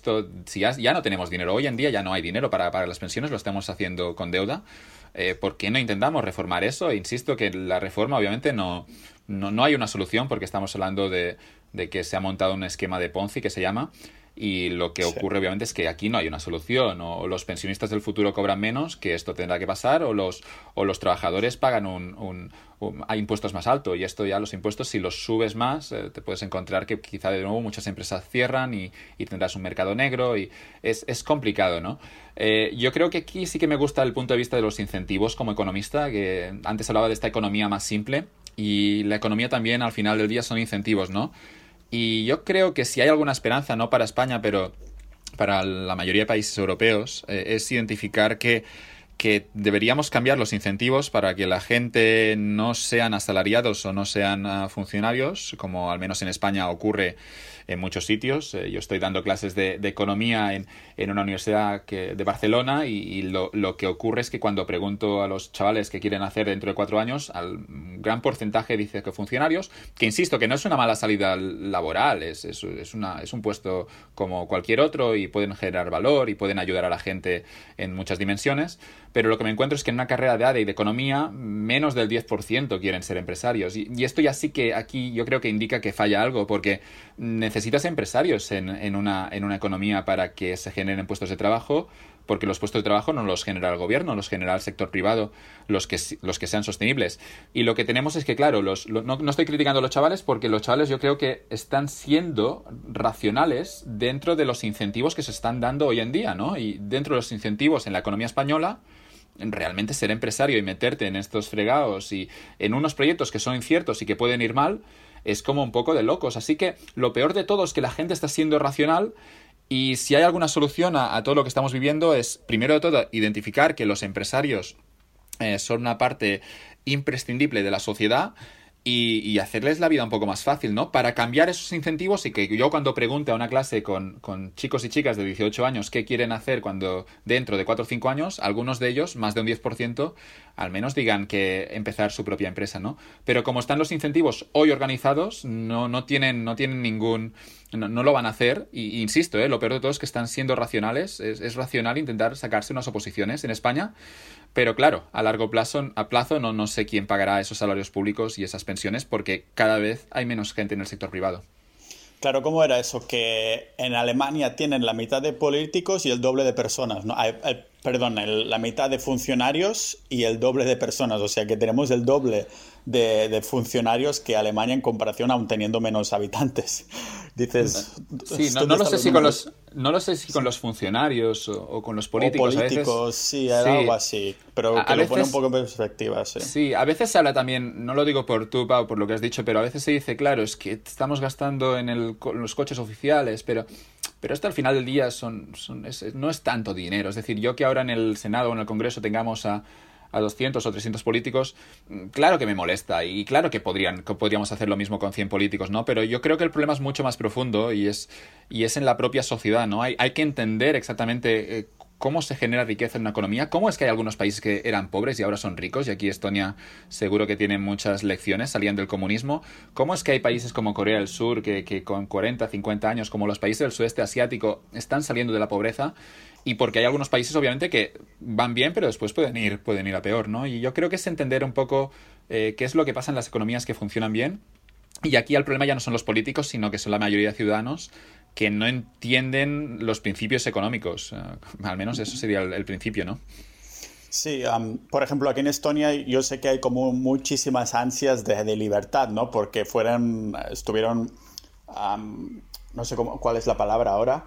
ya no tenemos dinero, hoy en día ya no hay dinero para pagar las pensiones, lo estamos haciendo con deuda. ¿Por qué no intentamos reformar eso? E insisto que la reforma obviamente no hay una solución porque estamos hablando de que se ha montado un esquema de Ponzi que se llama. Y lo que ocurre obviamente es que aquí no hay una solución, o los pensionistas del futuro cobran menos, que esto tendrá que pasar, o los trabajadores pagan hay impuestos más altos, y esto ya los impuestos si los subes más te puedes encontrar que quizá de nuevo muchas empresas cierran y tendrás un mercado negro y es complicado, ¿no? Yo creo que aquí sí que me gusta el punto de vista de los incentivos como economista, que antes hablaba de esta economía más simple y la economía también al final del día son incentivos, ¿no? Y yo creo que si hay alguna esperanza, no para España, pero para la mayoría de países europeos, es identificar que deberíamos cambiar los incentivos para que la gente no sean asalariados o no sean funcionarios, como al menos en España ocurre en muchos sitios. Yo estoy dando clases de economía en una universidad de Barcelona y lo que ocurre es que cuando pregunto a los chavales qué quieren hacer dentro de 4 años, al gran porcentaje dice que funcionarios, que insisto que no es una mala salida laboral, es un puesto como cualquier otro y pueden generar valor y pueden ayudar a la gente en muchas dimensiones, pero lo que me encuentro es que en una carrera de ADE y de economía menos del 10% quieren ser empresarios y esto ya sí que aquí yo creo que indica que falla algo porque necesitas empresarios en una economía para que se generen puestos de trabajo, porque los puestos de trabajo no los genera el gobierno, los genera el sector privado, los que sean sostenibles. Y lo que tenemos es que, claro, no estoy criticando a los chavales porque los chavales yo creo que están siendo racionales dentro de los incentivos que se están dando hoy en día, ¿no? Y dentro de los incentivos en la economía española, realmente ser empresario y meterte en estos fregados y en unos proyectos que son inciertos y que pueden ir mal, es como un poco de locos. Así que lo peor de todo es que la gente está siendo racional y si hay alguna solución a todo lo que estamos viviendo es, primero de todo, identificar que los empresarios son una parte imprescindible de la sociedad y hacerles la vida un poco más fácil, ¿no? Para cambiar esos incentivos y que yo cuando pregunte a una clase con chicos y chicas de 18 años qué quieren hacer cuando dentro de 4 o 5 años, algunos de ellos, más de un 10%, al menos digan que empezar su propia empresa, ¿no? Pero como están los incentivos hoy organizados, no tienen ningún... No lo van a hacer y insisto, lo peor de todo es que están siendo racionales. Es racional intentar sacarse unas oposiciones en España, pero claro, a plazo no sé quién pagará esos salarios públicos y esas pensiones porque cada vez hay menos gente en el sector privado. Claro, ¿cómo era eso? Que en Alemania tienen la mitad de políticos y el doble de personas, ¿no? La mitad de funcionarios y el doble de personas. O sea que tenemos el doble de funcionarios que Alemania en comparación aún teniendo menos habitantes. Dices... Sí, no lo sé si con los funcionarios o con los políticos. O políticos, a veces, sí, algo así. Pero que lo pone un poco en perspectiva, sí. Sí, a veces se habla también, no lo digo por tú, Pau, por lo que has dicho, pero a veces se dice, claro, es que estamos gastando en los coches oficiales, pero esto al final del día no es tanto dinero. Es decir, yo que ahora en el Senado o en el Congreso tengamos a 200 o 300 políticos, claro que me molesta y claro que podríamos hacer lo mismo con 100 políticos, ¿no? Pero yo creo que el problema es mucho más profundo y es en la propia sociedad, ¿no? Hay que entender exactamente cómo se genera riqueza en una economía, cómo es que hay algunos países que eran pobres y ahora son ricos, y aquí Estonia seguro que tiene muchas lecciones, salían del comunismo, cómo es que hay países como Corea del Sur que con 40, 50 años, como los países del sudeste asiático, están saliendo de la pobreza, y porque hay algunos países obviamente que van bien, pero después pueden ir a peor, ¿no? Y yo creo que es entender un poco qué es lo que pasa en las economías que funcionan bien, y aquí el problema ya no son los políticos, sino que son la mayoría de ciudadanos que no entienden los principios económicos. Al menos eso sería el principio, ¿no? Sí, por ejemplo, aquí en Estonia yo sé que hay como muchísimas ansias de libertad, ¿no? Porque estuvieron, no sé cuál es la palabra ahora,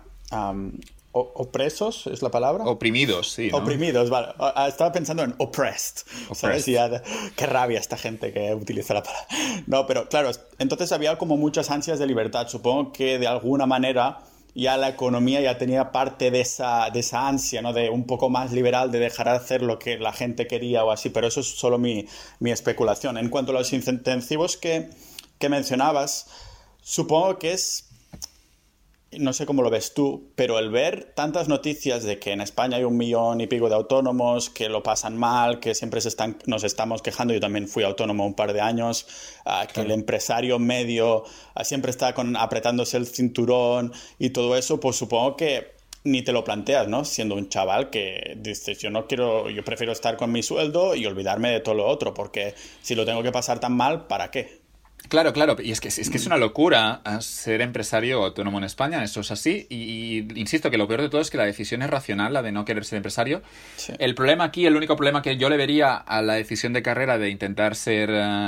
¿opresos es la palabra? Oprimidos, sí, ¿no? Oprimidos, vale. Estaba pensando en oppressed. ¿Sabes? Qué rabia esta gente que utiliza la palabra. No, pero claro, entonces había como muchas ansias de libertad. Supongo que de alguna manera ya la economía ya tenía parte de esa ansia, ¿no? De un poco más liberal, de dejar de hacer lo que la gente quería o así, pero eso es solo mi especulación. En cuanto a los incentivos que mencionabas, supongo que es, no sé cómo lo ves tú, pero el ver tantas noticias de que en España hay 1 millón y pico de autónomos, que lo pasan mal, que siempre nos estamos quejando, yo también fui autónomo un par de años, que el empresario medio siempre está apretándose el cinturón y todo eso, pues supongo que ni te lo planteas, ¿no? Siendo un chaval que dices, yo prefiero estar con mi sueldo y olvidarme de todo lo otro, porque si lo tengo que pasar tan mal, ¿para qué? Claro, claro, y es que es una locura ser empresario o autónomo en España, eso es así, y insisto que lo peor de todo es que la decisión es racional, la de no querer ser empresario. Sí. El problema aquí, el único problema que yo le vería a la decisión de carrera de intentar ser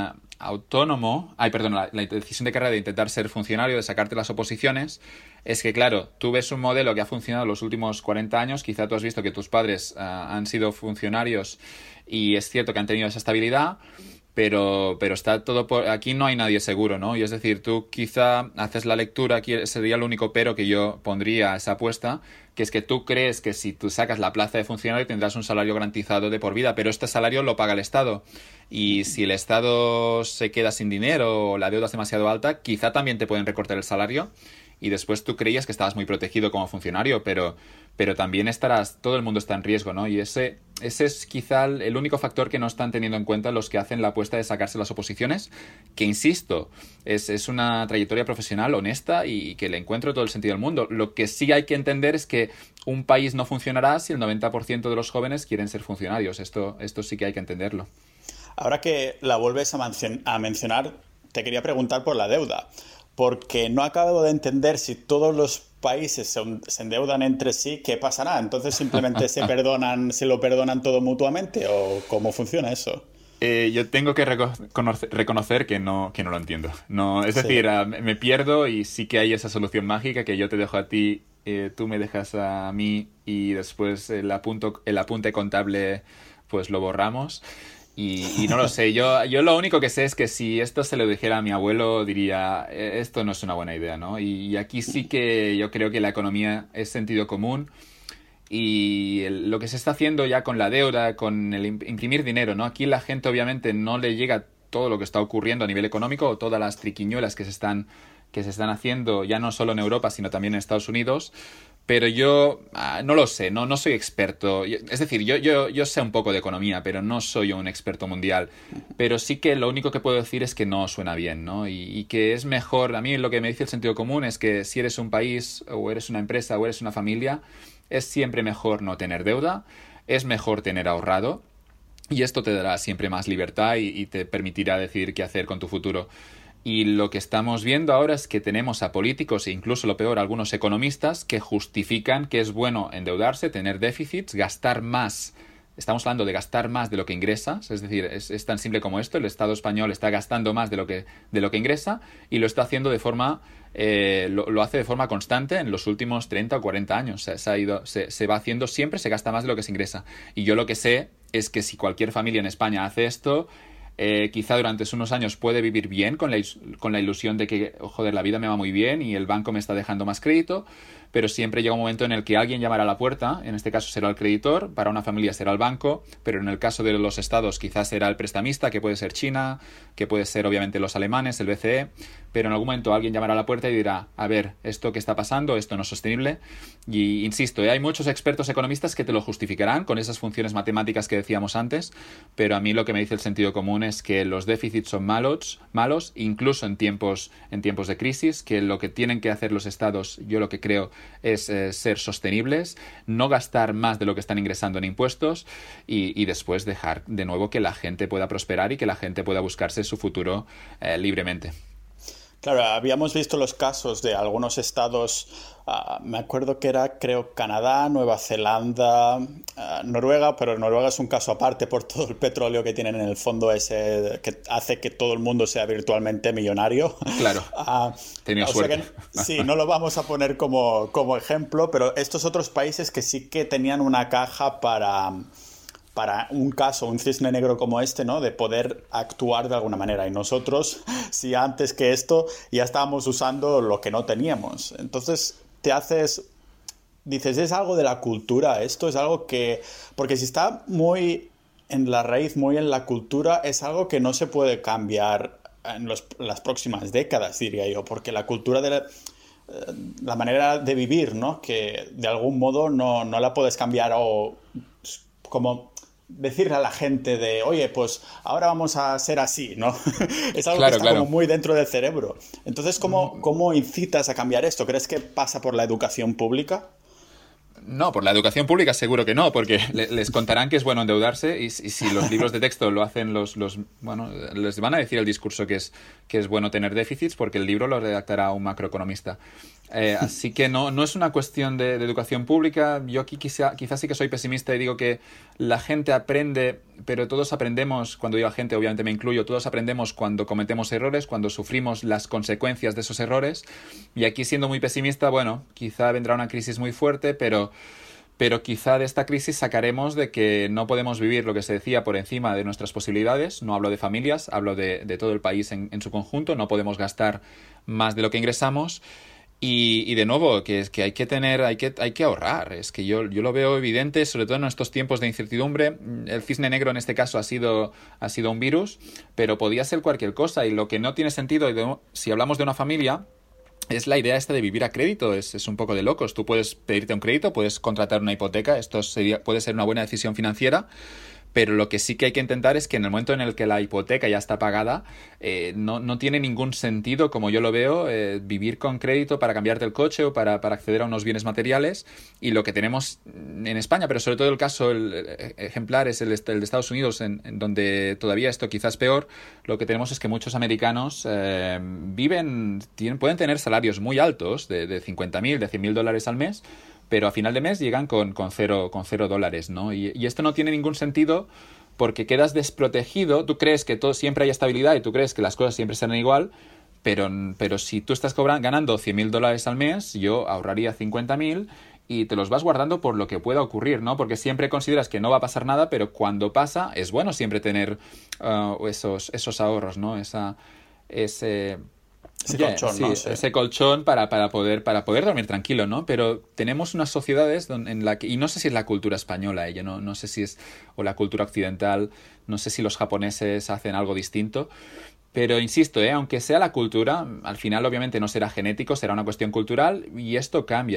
la decisión de carrera de intentar ser funcionario, de sacarte las oposiciones, es que claro, tú ves un modelo que ha funcionado los últimos 40 años, quizá tú has visto que tus padres han sido funcionarios y es cierto que han tenido esa estabilidad, pero está todo aquí no hay nadie seguro, ¿no? Y es decir, tú quizá haces la lectura, aquí sería el único pero que yo pondría a esa apuesta, que es que tú crees que si tú sacas la plaza de funcionario tendrás un salario garantizado de por vida, pero este salario lo paga el Estado. Y si el Estado se queda sin dinero o la deuda es demasiado alta, quizá también te pueden recortar el salario y después tú creías que estabas muy protegido como funcionario, pero también todo el mundo está en riesgo, ¿no? Y ese es quizá el único factor que no están teniendo en cuenta los que hacen la apuesta de sacarse las oposiciones, que insisto, es una trayectoria profesional honesta y que le encuentro todo el sentido del mundo. Lo que sí hay que entender es que un país no funcionará si el 90% de los jóvenes quieren ser funcionarios. Esto sí que hay que entenderlo. Ahora que la vuelves a mencionar, te quería preguntar por la deuda, porque no acabo de entender si todos los países se endeudan entre sí, ¿qué pasará? Entonces simplemente se lo perdonan todo mutuamente, ¿o cómo funciona eso? Yo tengo que reconocer que no lo entiendo. No, es decir, me pierdo y sí que hay esa solución mágica que yo te dejo a ti, tú me dejas a mí y después el apunte contable pues lo borramos. Y no lo sé, yo lo único que sé es que si esto se lo dijera a mi abuelo diría, esto no es una buena idea, ¿no? Y aquí sí que yo creo que la economía es sentido común y lo que se está haciendo ya con la deuda, con el imprimir dinero, ¿no? Aquí la gente obviamente no le llega todo lo que está ocurriendo a nivel económico o todas las triquiñuelas que se están haciendo ya no solo en Europa sino también en Estados Unidos. Pero yo no lo sé, no soy experto. Es decir, yo sé un poco de economía, pero no soy un experto mundial. Pero sí que lo único que puedo decir es que no suena bien, ¿no? Y que es mejor, a mí lo que me dice el sentido común es que si eres un país, o eres una empresa, o eres una familia, es siempre mejor no tener deuda, es mejor tener ahorrado, y esto te dará siempre más libertad y te permitirá decidir qué hacer con tu futuro. Y lo que estamos viendo ahora es que tenemos a políticos e incluso lo peor, algunos economistas que justifican que es bueno endeudarse, tener déficits, gastar más. Estamos hablando de gastar más de lo que ingresas, es decir, es tan simple como esto. El Estado español está gastando más de lo que ingresa y lo está haciendo de forma lo hace de forma constante en los últimos 30 o 40 años. Se va haciendo siempre, se gasta más de lo que se ingresa. Y yo lo que sé es que si cualquier familia en España hace esto, quizá durante unos años puede vivir bien con la ilusión de que, joder, la vida me va muy bien y el banco me está dejando más crédito, pero siempre llega un momento en el que alguien llamará a la puerta, en este caso será el creditor, para una familia será el banco, pero en el caso de los estados quizás será el prestamista, que puede ser China, que puede ser obviamente los alemanes, el BCE, pero en algún momento alguien llamará a la puerta y dirá, a ver, esto que está pasando, esto no es sostenible. Y insisto, hay muchos expertos economistas que te lo justificarán con esas funciones matemáticas que decíamos antes, pero a mí lo que me dice el sentido común es que los déficits son malos, incluso en tiempos de crisis, que lo que tienen que hacer los estados, yo lo que creo es ser sostenibles, no gastar más de lo que están ingresando en impuestos y después dejar de nuevo que la gente pueda prosperar y que la gente pueda buscarse su futuro libremente. Claro, habíamos visto los casos de algunos estados, me acuerdo que era, creo, Canadá, Nueva Zelanda, Noruega, pero Noruega es un caso aparte por todo el petróleo que tienen en el fondo ese que hace que todo el mundo sea virtualmente millonario. Claro, tenía suerte. Sí, no lo vamos a poner como ejemplo, pero estos otros países que sí que tenían una caja para un caso, un cisne negro como este, ¿no? De poder actuar de alguna manera. Y nosotros, si antes que esto, ya estábamos usando lo que no teníamos. Entonces, te haces... Dices, ¿es algo de la cultura esto? Es algo que... Porque si está muy en la raíz, muy en la cultura, es algo que no se puede cambiar en las próximas décadas, diría yo, porque la cultura de la manera de vivir, ¿no? Que de algún modo no la puedes cambiar o como decirle a la gente de, oye, pues ahora vamos a ser así, ¿no? Es algo que está como muy dentro del cerebro. Entonces, ¿cómo incitas a cambiar esto? ¿Crees que pasa por la educación pública? No, por la educación pública seguro que no, porque les contarán que es bueno endeudarse y si los libros de texto lo hacen bueno, les van a decir el discurso que es bueno tener déficits porque el libro lo redactará un macroeconomista. Así que no es una cuestión de educación pública. Yo aquí quizás sí que soy pesimista y digo que la gente aprende, pero todos aprendemos, cuando digo gente obviamente me incluyo, todos aprendemos cuando cometemos errores, cuando sufrimos las consecuencias de esos errores. Y aquí siendo muy pesimista, bueno, quizá vendrá una crisis muy fuerte, pero quizá de esta crisis sacaremos de que no podemos vivir, lo que se decía, por encima de nuestras posibilidades. No hablo de familias, hablo de todo el país en su conjunto. No podemos gastar más de lo que ingresamos. Y de nuevo, que es que hay que ahorrar. Es que yo lo veo evidente, sobre todo en estos tiempos de incertidumbre. El cisne negro en este caso ha sido un virus, pero podía ser cualquier cosa. Y lo que no tiene sentido, si hablamos de una familia, es la idea esta de vivir a crédito. Es un poco de locos. Tú puedes pedirte un crédito, puedes contratar una hipoteca. Esto puede ser una buena decisión financiera. Pero lo que sí que hay que intentar es que en el momento en el que la hipoteca ya está pagada, no tiene ningún sentido, como yo lo veo, vivir con crédito para cambiarte el coche o para acceder a unos bienes materiales. Y lo que tenemos en España, pero sobre todo el caso ejemplar es el de Estados Unidos, en donde todavía esto quizás peor, lo que tenemos es que muchos americanos pueden tener salarios muy altos, de 50.000, de $100.000 al mes, pero a final de mes llegan con $0, ¿no? Y esto no tiene ningún sentido porque quedas desprotegido. Tú crees que siempre hay estabilidad y tú crees que las cosas siempre serán igual, pero si tú estás ganando $100.000 al mes, yo ahorraría 50.000 y te los vas guardando por lo que pueda ocurrir, ¿no? Porque siempre consideras que no va a pasar nada, pero cuando pasa es bueno siempre tener esos ahorros, ¿no? Ese colchón, sí, ¿no? Sí. Ese colchón para poder dormir tranquilo, ¿no? Pero tenemos unas sociedades en la que, y no sé si es la cultura española, no sé si es, o la cultura occidental, no sé si los japoneses hacen algo distinto, pero insisto, aunque sea la cultura, al final obviamente no será genético, será una cuestión cultural y esto cambia,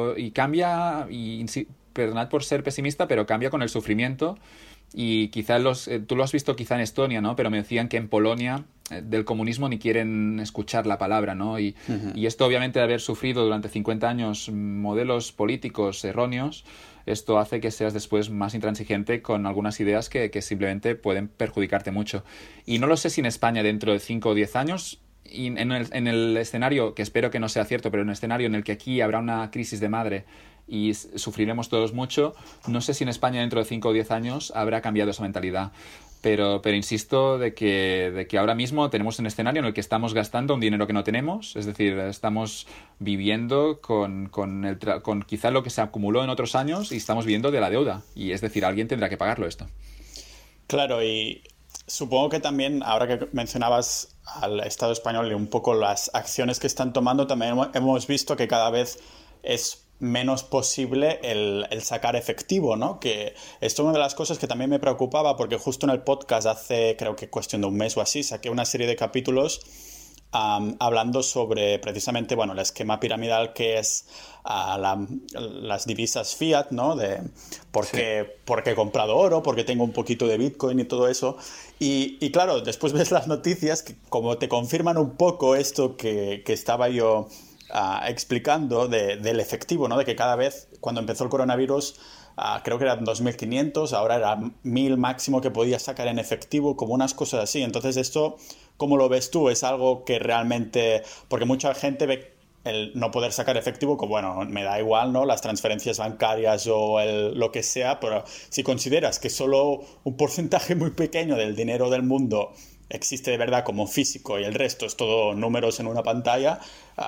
perdonad por ser pesimista, pero cambia con el sufrimiento. Y quizá tú lo has visto quizá en Estonia, ¿no? Pero me decían que en Polonia del comunismo ni quieren escuchar la palabra, ¿no? Y esto obviamente de haber sufrido durante 50 años modelos políticos erróneos, esto hace que seas después más intransigente con algunas ideas que simplemente pueden perjudicarte mucho. Y no lo sé si en España dentro de 5 o 10 años, y en el escenario, que espero que no sea cierto, pero en el escenario en el que aquí habrá una crisis de madre y sufriremos todos mucho, no sé si en España dentro de 5 o 10 años habrá cambiado esa mentalidad. Pero insisto de que ahora mismo tenemos un escenario en el que estamos gastando un dinero que no tenemos, es decir, estamos viviendo con quizá lo que se acumuló en otros años y estamos viviendo de la deuda. Y es decir, alguien tendrá que pagarlo esto. Claro, y supongo que también, ahora que mencionabas al Estado español y un poco las acciones que están tomando, también hemos visto que cada vez es menos posible el sacar efectivo, ¿no? Que esto es una de las cosas que también me preocupaba porque justo en el podcast hace, creo que cuestión de un mes o así, saqué una serie de capítulos hablando sobre precisamente, bueno, el esquema piramidal que es las divisas fiat, ¿no? De porque he comprado oro, porque tengo un poquito de Bitcoin y todo eso. Y claro, después ves las noticias que como te confirman un poco esto que estaba yo explicando del efectivo, ¿no? De que cada vez, cuando empezó el coronavirus, creo que eran 2.500, ahora era 1.000 máximo que podías sacar en efectivo, como unas cosas así. Entonces esto, ¿cómo lo ves tú? ¿Es algo que realmente...? Porque mucha gente ve el no poder sacar efectivo como, bueno, me da igual, ¿no? Las transferencias bancarias o lo que sea, pero si consideras que solo un porcentaje muy pequeño del dinero del mundo existe de verdad como físico y el resto es todo números en una pantalla...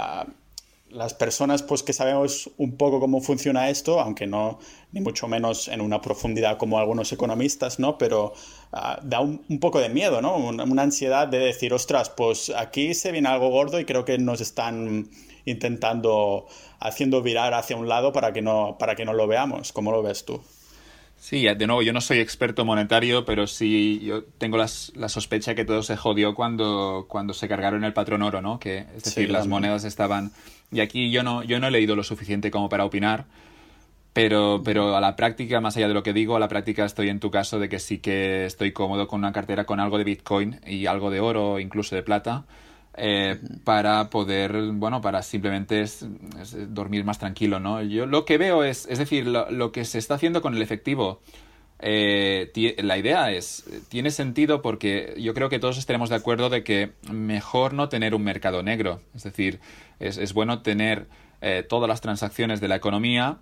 las personas pues que sabemos un poco cómo funciona esto, aunque no ni mucho menos en una profundidad como algunos economistas, ¿no? Pero da un poco de miedo, ¿no? Una ansiedad de decir, ostras, pues aquí se viene algo gordo y creo que nos están intentando, haciendo virar hacia un lado para que no lo veamos. ¿Cómo lo ves tú? Sí, de nuevo, yo no soy experto monetario, pero sí yo tengo la sospecha que todo se jodió cuando se cargaron el patrón oro, ¿no? Que, es decir, Sí, las monedas estaban... Y aquí yo no he leído lo suficiente como para opinar, pero a la práctica, más allá de lo que digo, a la práctica estoy en tu caso de que sí que estoy cómodo con una cartera con algo de Bitcoin y algo de oro, incluso de plata, para poder, bueno, para simplemente es dormir más tranquilo, ¿no? Yo lo que veo es decir, lo que se está haciendo con el efectivo, la idea tiene sentido porque yo creo que todos estaremos de acuerdo de que mejor no tener un mercado negro, es decir, es bueno tener todas las transacciones de la economía,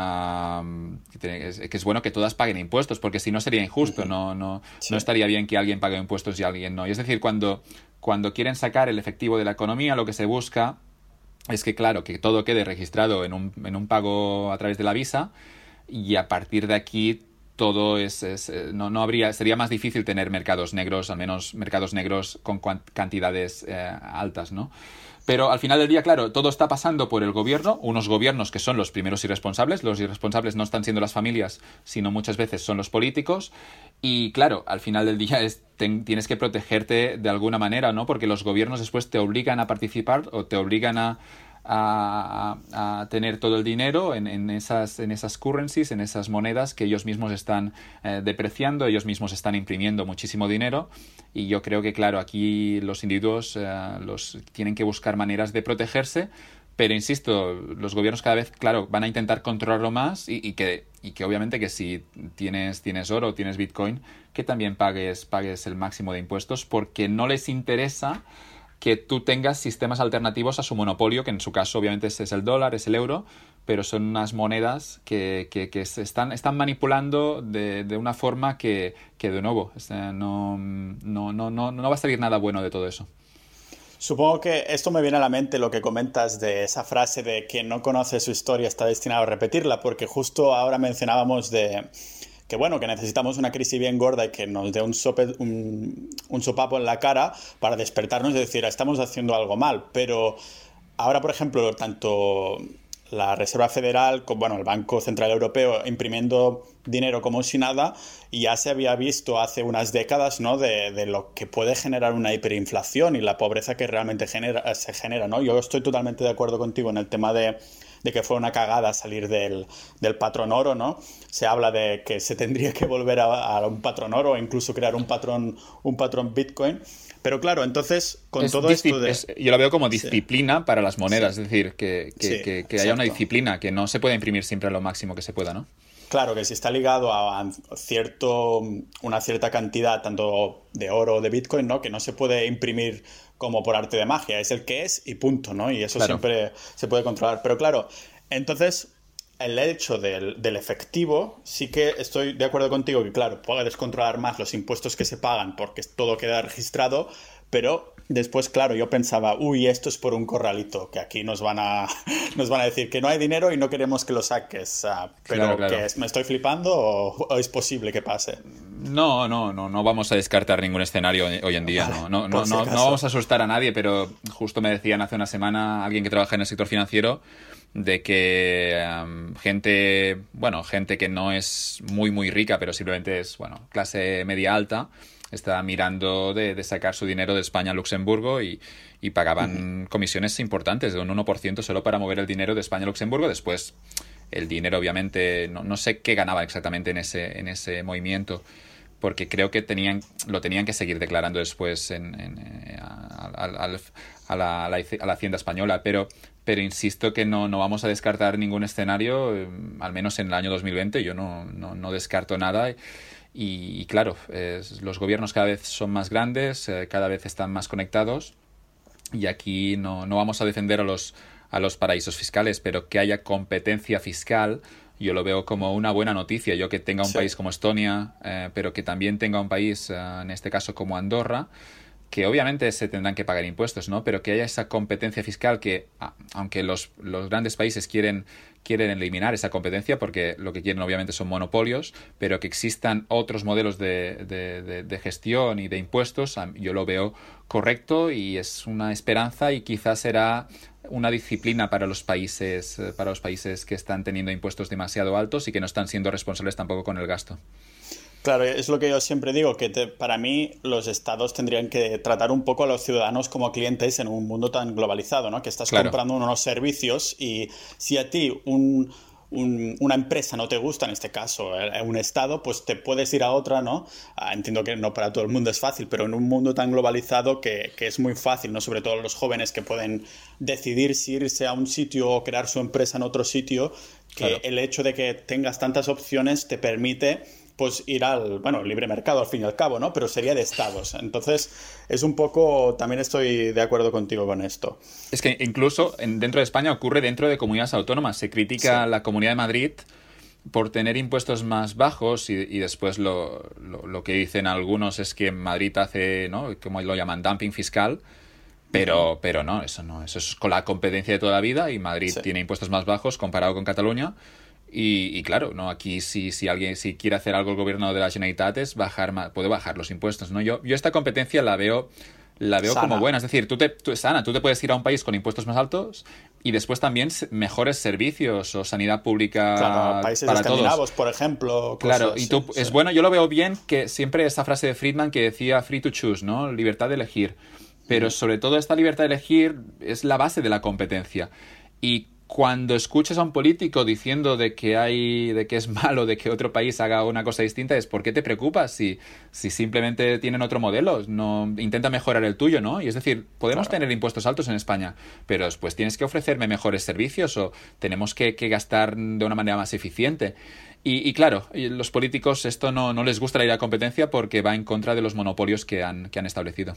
que es bueno que todas paguen impuestos, porque si no sería injusto, no estaría bien que alguien pague impuestos y alguien no. Y es decir, cuando quieren sacar el efectivo de la economía, lo que se busca es que, claro, que todo quede registrado en un pago a través de la Visa, y a partir de aquí todo no habría, sería más difícil tener mercados negros, al menos mercados negros con cantidades altas, ¿no? Pero al final del día, claro, todo está pasando por el gobierno, unos gobiernos que son los primeros irresponsables. Los irresponsables no están siendo las familias, sino muchas veces son los políticos. Y claro, al final del día tienes que protegerte de alguna manera, ¿no? Porque los gobiernos después te obligan a participar o te obligan a tener todo el dinero en esas currencies, en esas monedas que ellos mismos están depreciando, ellos mismos están imprimiendo muchísimo dinero, y yo creo que, claro, aquí los individuos tienen que buscar maneras de protegerse, pero insisto, los gobiernos cada vez, claro, van a intentar controlarlo más y que obviamente que si tienes oro o tienes Bitcoin, que también pagues el máximo de impuestos, porque no les interesa que tú tengas sistemas alternativos a su monopolio, que en su caso obviamente es el dólar, es el euro, pero son unas monedas que se están manipulando de una forma que de nuevo, no va a salir nada bueno de todo eso. Supongo que esto me viene a la mente lo que comentas de esa frase de quien no conoce su historia está destinado a repetirla, porque justo ahora mencionábamos de que bueno, que necesitamos una crisis bien gorda y que nos dé un sopapo en la cara para despertarnos y decir, estamos haciendo algo mal. Pero ahora, por ejemplo, tanto la Reserva Federal como el Banco Central Europeo imprimiendo dinero como si nada, y ya se había visto hace unas décadas, ¿no?, de lo que puede generar una hiperinflación y la pobreza que realmente se genera, ¿no? Yo estoy totalmente de acuerdo contigo en el tema de que fue una cagada salir del patrón oro, ¿no? Se habla de que se tendría que volver a un patrón oro o incluso crear un patrón Bitcoin. Pero claro, entonces, con todo esto yo lo veo como disciplina para las monedas, sí. Es decir, que haya una disciplina, que no se pueda imprimir siempre a lo máximo que se pueda, ¿no? Claro, que si está ligado a una cierta cantidad tanto de oro o de Bitcoin, ¿no?, que no se puede imprimir como por arte de magia, es el que es y punto, ¿no? Y eso claro, siempre se puede controlar. Pero claro, entonces el hecho del efectivo, sí que estoy de acuerdo contigo que, claro, puedes controlar más los impuestos que se pagan porque todo queda registrado, pero después, claro, yo pensaba, esto es por un corralito, que aquí nos van a decir que no hay dinero y no queremos que lo saques. Pero claro. ¿Qué es? ¿Me estoy flipando o es posible que pase? No vamos a descartar ningún escenario hoy en día. Vale, no vamos a asustar a nadie, pero justo me decían hace una semana alguien que trabaja en el sector financiero de que gente que no es muy muy rica, pero simplemente es clase media alta, está mirando de sacar su dinero de España a Luxemburgo y pagaban comisiones importantes de un 1% solo para mover el dinero de España a Luxemburgo. Después el dinero obviamente no sé qué ganaba exactamente en ese movimiento, porque creo que lo tenían que seguir declarando después a la Hacienda española, pero insisto que no vamos a descartar ningún escenario, al menos en el año 2020 yo no descarto nada. Y claro, los gobiernos cada vez son más grandes, cada vez están más conectados, y aquí no vamos a defender a los paraísos fiscales, pero que haya competencia fiscal yo lo veo como una buena noticia. Yo que tenga un país como Estonia, pero que también tenga un país, en este caso como Andorra, que obviamente se tendrán que pagar impuestos, ¿no? Pero que haya esa competencia fiscal que, aunque los grandes países quieren eliminar esa competencia porque lo que quieren obviamente son monopolios, pero que existan otros modelos de gestión y de impuestos, yo lo veo correcto y es una esperanza y quizás será una disciplina para los países que están teniendo impuestos demasiado altos y que no están siendo responsables tampoco con el gasto. Claro, es lo que yo siempre digo, que para mí los estados tendrían que tratar un poco a los ciudadanos como clientes en un mundo tan globalizado, ¿no? Que estás comprando unos servicios y si a ti una empresa no te gusta, en este caso un estado, pues te puedes ir a otra, ¿no? Entiendo que no para todo el mundo es fácil, pero en un mundo tan globalizado que es muy fácil, ¿no? Sobre todo los jóvenes que pueden decidir si irse a un sitio o crear su empresa en otro sitio, que el hecho de que tengas tantas opciones te permite pues ir al, libre mercado al fin y al cabo, ¿no? Pero sería de estados. Entonces, es un poco, también estoy de acuerdo contigo con esto. Es que incluso dentro de España ocurre dentro de comunidades autónomas. Se critica la Comunidad de Madrid por tener impuestos más bajos y después lo que dicen algunos es que Madrid hace, ¿no? Como lo llaman, dumping fiscal. Pero no, eso es con la competencia de toda la vida y Madrid tiene impuestos más bajos comparado con Cataluña. Y claro, ¿no? Aquí si alguien quiere hacer algo el gobierno de la Generalitat es puede bajar los impuestos, ¿no? Yo esta competencia la veo como buena. Es decir, tú te puedes ir a un país con impuestos más altos y después también mejores servicios o sanidad pública países para escandinavos, todos. Por ejemplo. Claro, y tú, es bueno, yo lo veo bien que siempre esa frase de Friedman que decía free to choose, ¿no? Libertad de elegir. Pero sobre todo esta libertad de elegir es la base de la competencia. Y cuando escuchas a un político diciendo de que es malo de que otro país haga una cosa distinta, es ¿por qué te preocupas si simplemente tienen otro modelo? No, intenta mejorar el tuyo, ¿no? Y es decir, podemos tener impuestos altos en España, pero después tienes que ofrecerme mejores servicios o tenemos que gastar de una manera más eficiente. Y claro, los políticos esto no les gusta la idea de competencia porque va en contra de los monopolios que han establecido.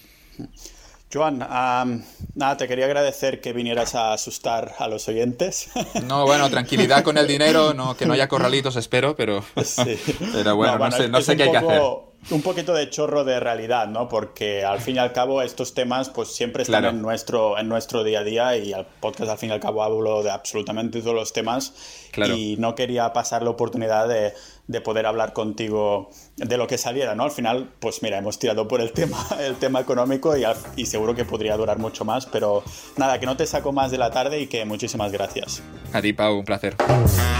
Joan, nada, te quería agradecer que vinieras a asustar a los oyentes. No, bueno, tranquilidad con el dinero, que no haya corralitos, espero, pero bueno, no sé qué hay que hacer. Un poquito de chorro de realidad, ¿no? Porque al fin y al cabo estos temas pues siempre están en nuestro día a día y el podcast al fin y al cabo hablo de absolutamente todos los temas y no quería pasar la oportunidad de poder hablar contigo de lo que saliera, ¿no? Al final, pues mira, hemos tirado por el tema económico y seguro que podría durar mucho más, pero nada, que no te saco más de la tarde y que muchísimas gracias. A ti, Pau, un placer.